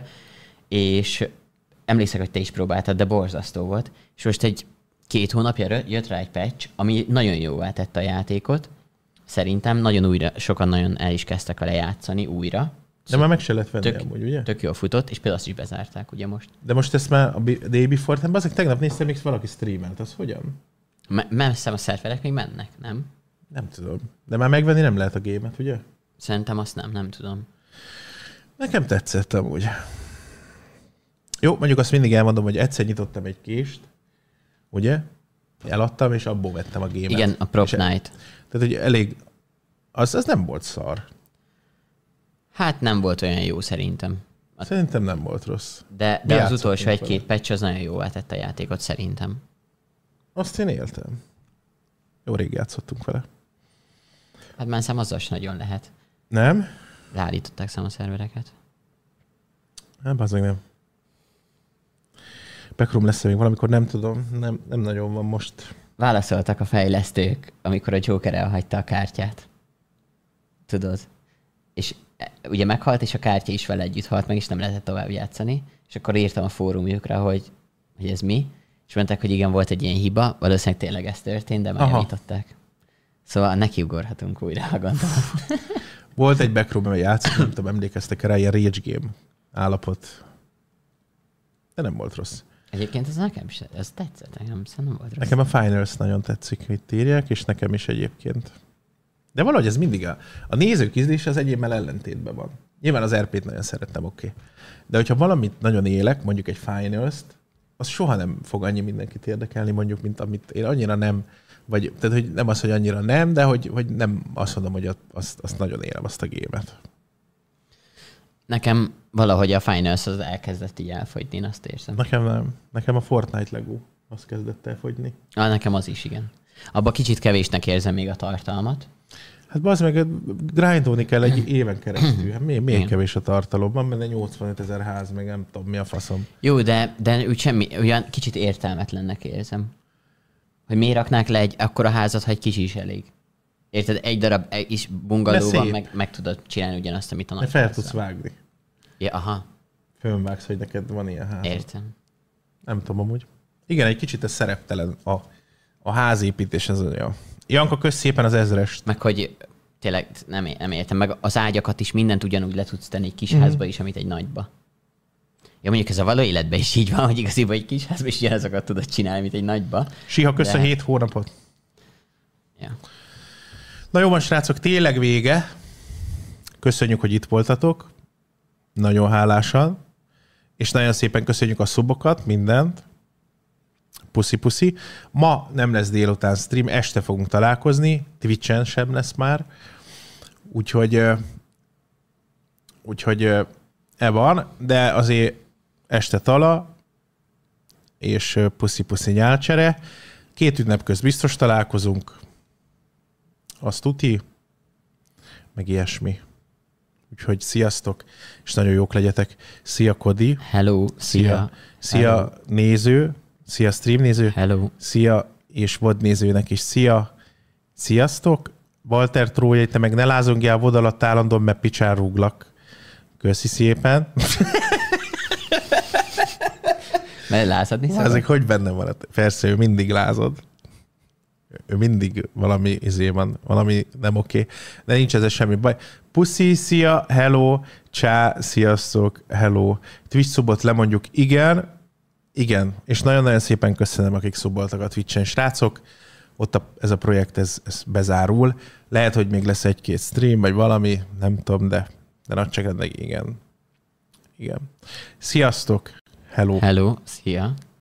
És emlékszek, hogy te is próbáltad, de borzasztó volt. És most egy két hónapja rö- jött rá egy patch, ami nagyon jóvá tette a játékot. Szerintem nagyon újra, sokan nagyon el is kezdtek vele játszani újra. De már meg se lehet venni Tök, amúgy, ugye? tök jól futott, és például azt is bezárták ugye most. De most ezt már a B- Day Before, nem, azok tegnap néztem, még valaki streamelt, az hogyan? Me- Messze a szerverek még mennek, nem? Nem tudom. De már megvenni nem lehet a gémet, ugye? Szerintem azt nem, nem tudom. Nekem tetszett amúgy. Jó, mondjuk azt mindig elmondom, hogy egyszer nyitottam egy kést, ugye? Eladtam, és abból vettem a gémet. Igen, a Prop és Night. Tehát, hogy elég... Az, az nem volt szar. Hát nem volt olyan jó szerintem. Szerintem nem volt rossz. De, de az utolsó egy-két patch az nagyon jóvá tette a játékot szerintem. Azt én éltem. Jó rég játszottunk vele. Hát már szám azzal sem nagyon lehet. Nem? Leállították szám a szervereket. Nem, az meg nem. Backroom lesz még valamikor, nem tudom. Nem, nem nagyon van most. Válaszoltak a fejlesztők, amikor a Joker elhagyta a kártyát. Tudod? És ugye meghalt, és a kártya is vele együtt halt meg, és nem lehetett tovább játszani. És akkor írtam a fórumjukra, hogy, hogy ez mi. És mondták, hogy igen, volt egy ilyen hiba, valószínűleg tényleg ez történt, de megjavították. Szóval nekiugorhatunk újra, ha gondolom. Volt egy backroom, amivel játszottam, nem tudom, emlékeztek rá, ilyen rage game állapot. De nem volt rossz. Egyébként ez nekem is, ez tetszett, nekem szóval nem volt rossz. Nekem a Finals nagyon tetszik, mit írják, és nekem is egyébként. De valahogy ez mindig a, a nézők ízlése az egyébben ellentétben van. Nyilván az er pét nagyon szerettem, oké. Okay. De hogyha valamit nagyon élek, mondjuk egy Finals-t, az soha nem fog annyi mindenkit érdekelni, mondjuk, mint amit én annyira nem, vagy tehát, hogy nem az, hogy annyira nem, de hogy, hogy nem azt mondom, hogy azt, azt nagyon élem, azt a gémet. Nekem valahogy a Finals az elkezdett így elfogyni, én azt érzem. Nekem nem. Nekem a Fortnite Lego az kezdett elfogyni. Ah, nekem az is, igen. Abba kicsit kevésnek érzem még a tartalmat. Hát bazd meg, grindolni kell egy éven keresztül. Hát miért, miért kevés a tartalom? Van benne nyolcvanöt ezer ház, meg nem tudom, mi a faszom. Jó, de, de úgy semmi, olyan kicsit értelmetlennek érzem. Hogy miért raknák le egy akkora házat, ha egy kicsi is elég. Érted? Egy darab egy is bungalóban meg, meg tudod csinálni ugyanazt, amit a nagy. De fel tudsz vágni. Ja, aha. Fölvágsz, hogy neked van ilyen ház. Értem. Nem tudom amúgy. Igen, egy kicsit ez szereptelen a, a házépítés. Ez olyan. Janka, kösz szépen az ezrest. Meg hogy tényleg nem, nem értem, meg az ágyakat is mindent ugyanúgy le tudsz tenni egy kis Mhm. házba is, amit egy nagyba. Ja, mondjuk ez a való életben is így van, hogy igaziból egy kis házba is ugyanazokat tudod csinálni, mint egy nagyba. Siha, kösz De- a hét hónapot. Ja. Na jó van, srácok, tényleg vége. Köszönjük, hogy itt voltatok. Nagyon hálásan. És nagyon szépen köszönjük a szubokat, mindent. Puszi-puszi. Ma nem lesz délután stream, este fogunk találkozni. Twitchen sem lesz már. Úgyhogy ö, úgyhogy ö, e van, de azért este tala, és ö, puszi-puszi nyálcsere. Két ünnep közt biztos találkozunk. Azt tuti, meg ilyesmi. Úgyhogy sziasztok, és nagyon jók legyetek. Szia, Kodi. Hello, szia. Szia, szia Hello. néző. Szia, stream néző. Hello. Szia, és vod nézőnek is szia. Sziasztok. Walter Trójai, te meg ne lázongjál vod alatt állandóan, mert picsán rúglak. Köszi szépen. Mert lázadni szabad? Ezek hogy bennem van? Persze, ő mindig lázad. Ő mindig valami izé van, valami nem oké. Okay. De nincs ezzel semmi baj. Puszi, szia, hello, csá, sziasztok, hello. Twitch szubot lemondjuk, igen, igen. És nagyon-nagyon szépen köszönöm, akik szuboltak a Twitchen. Srácok, ott a, ez a projekt, ez, ez bezárul. Lehet, hogy még lesz egy-két stream, vagy valami, nem tudom, de, de nagyságrendileg igen. Igen. Sziasztok, hello. Hello, szia.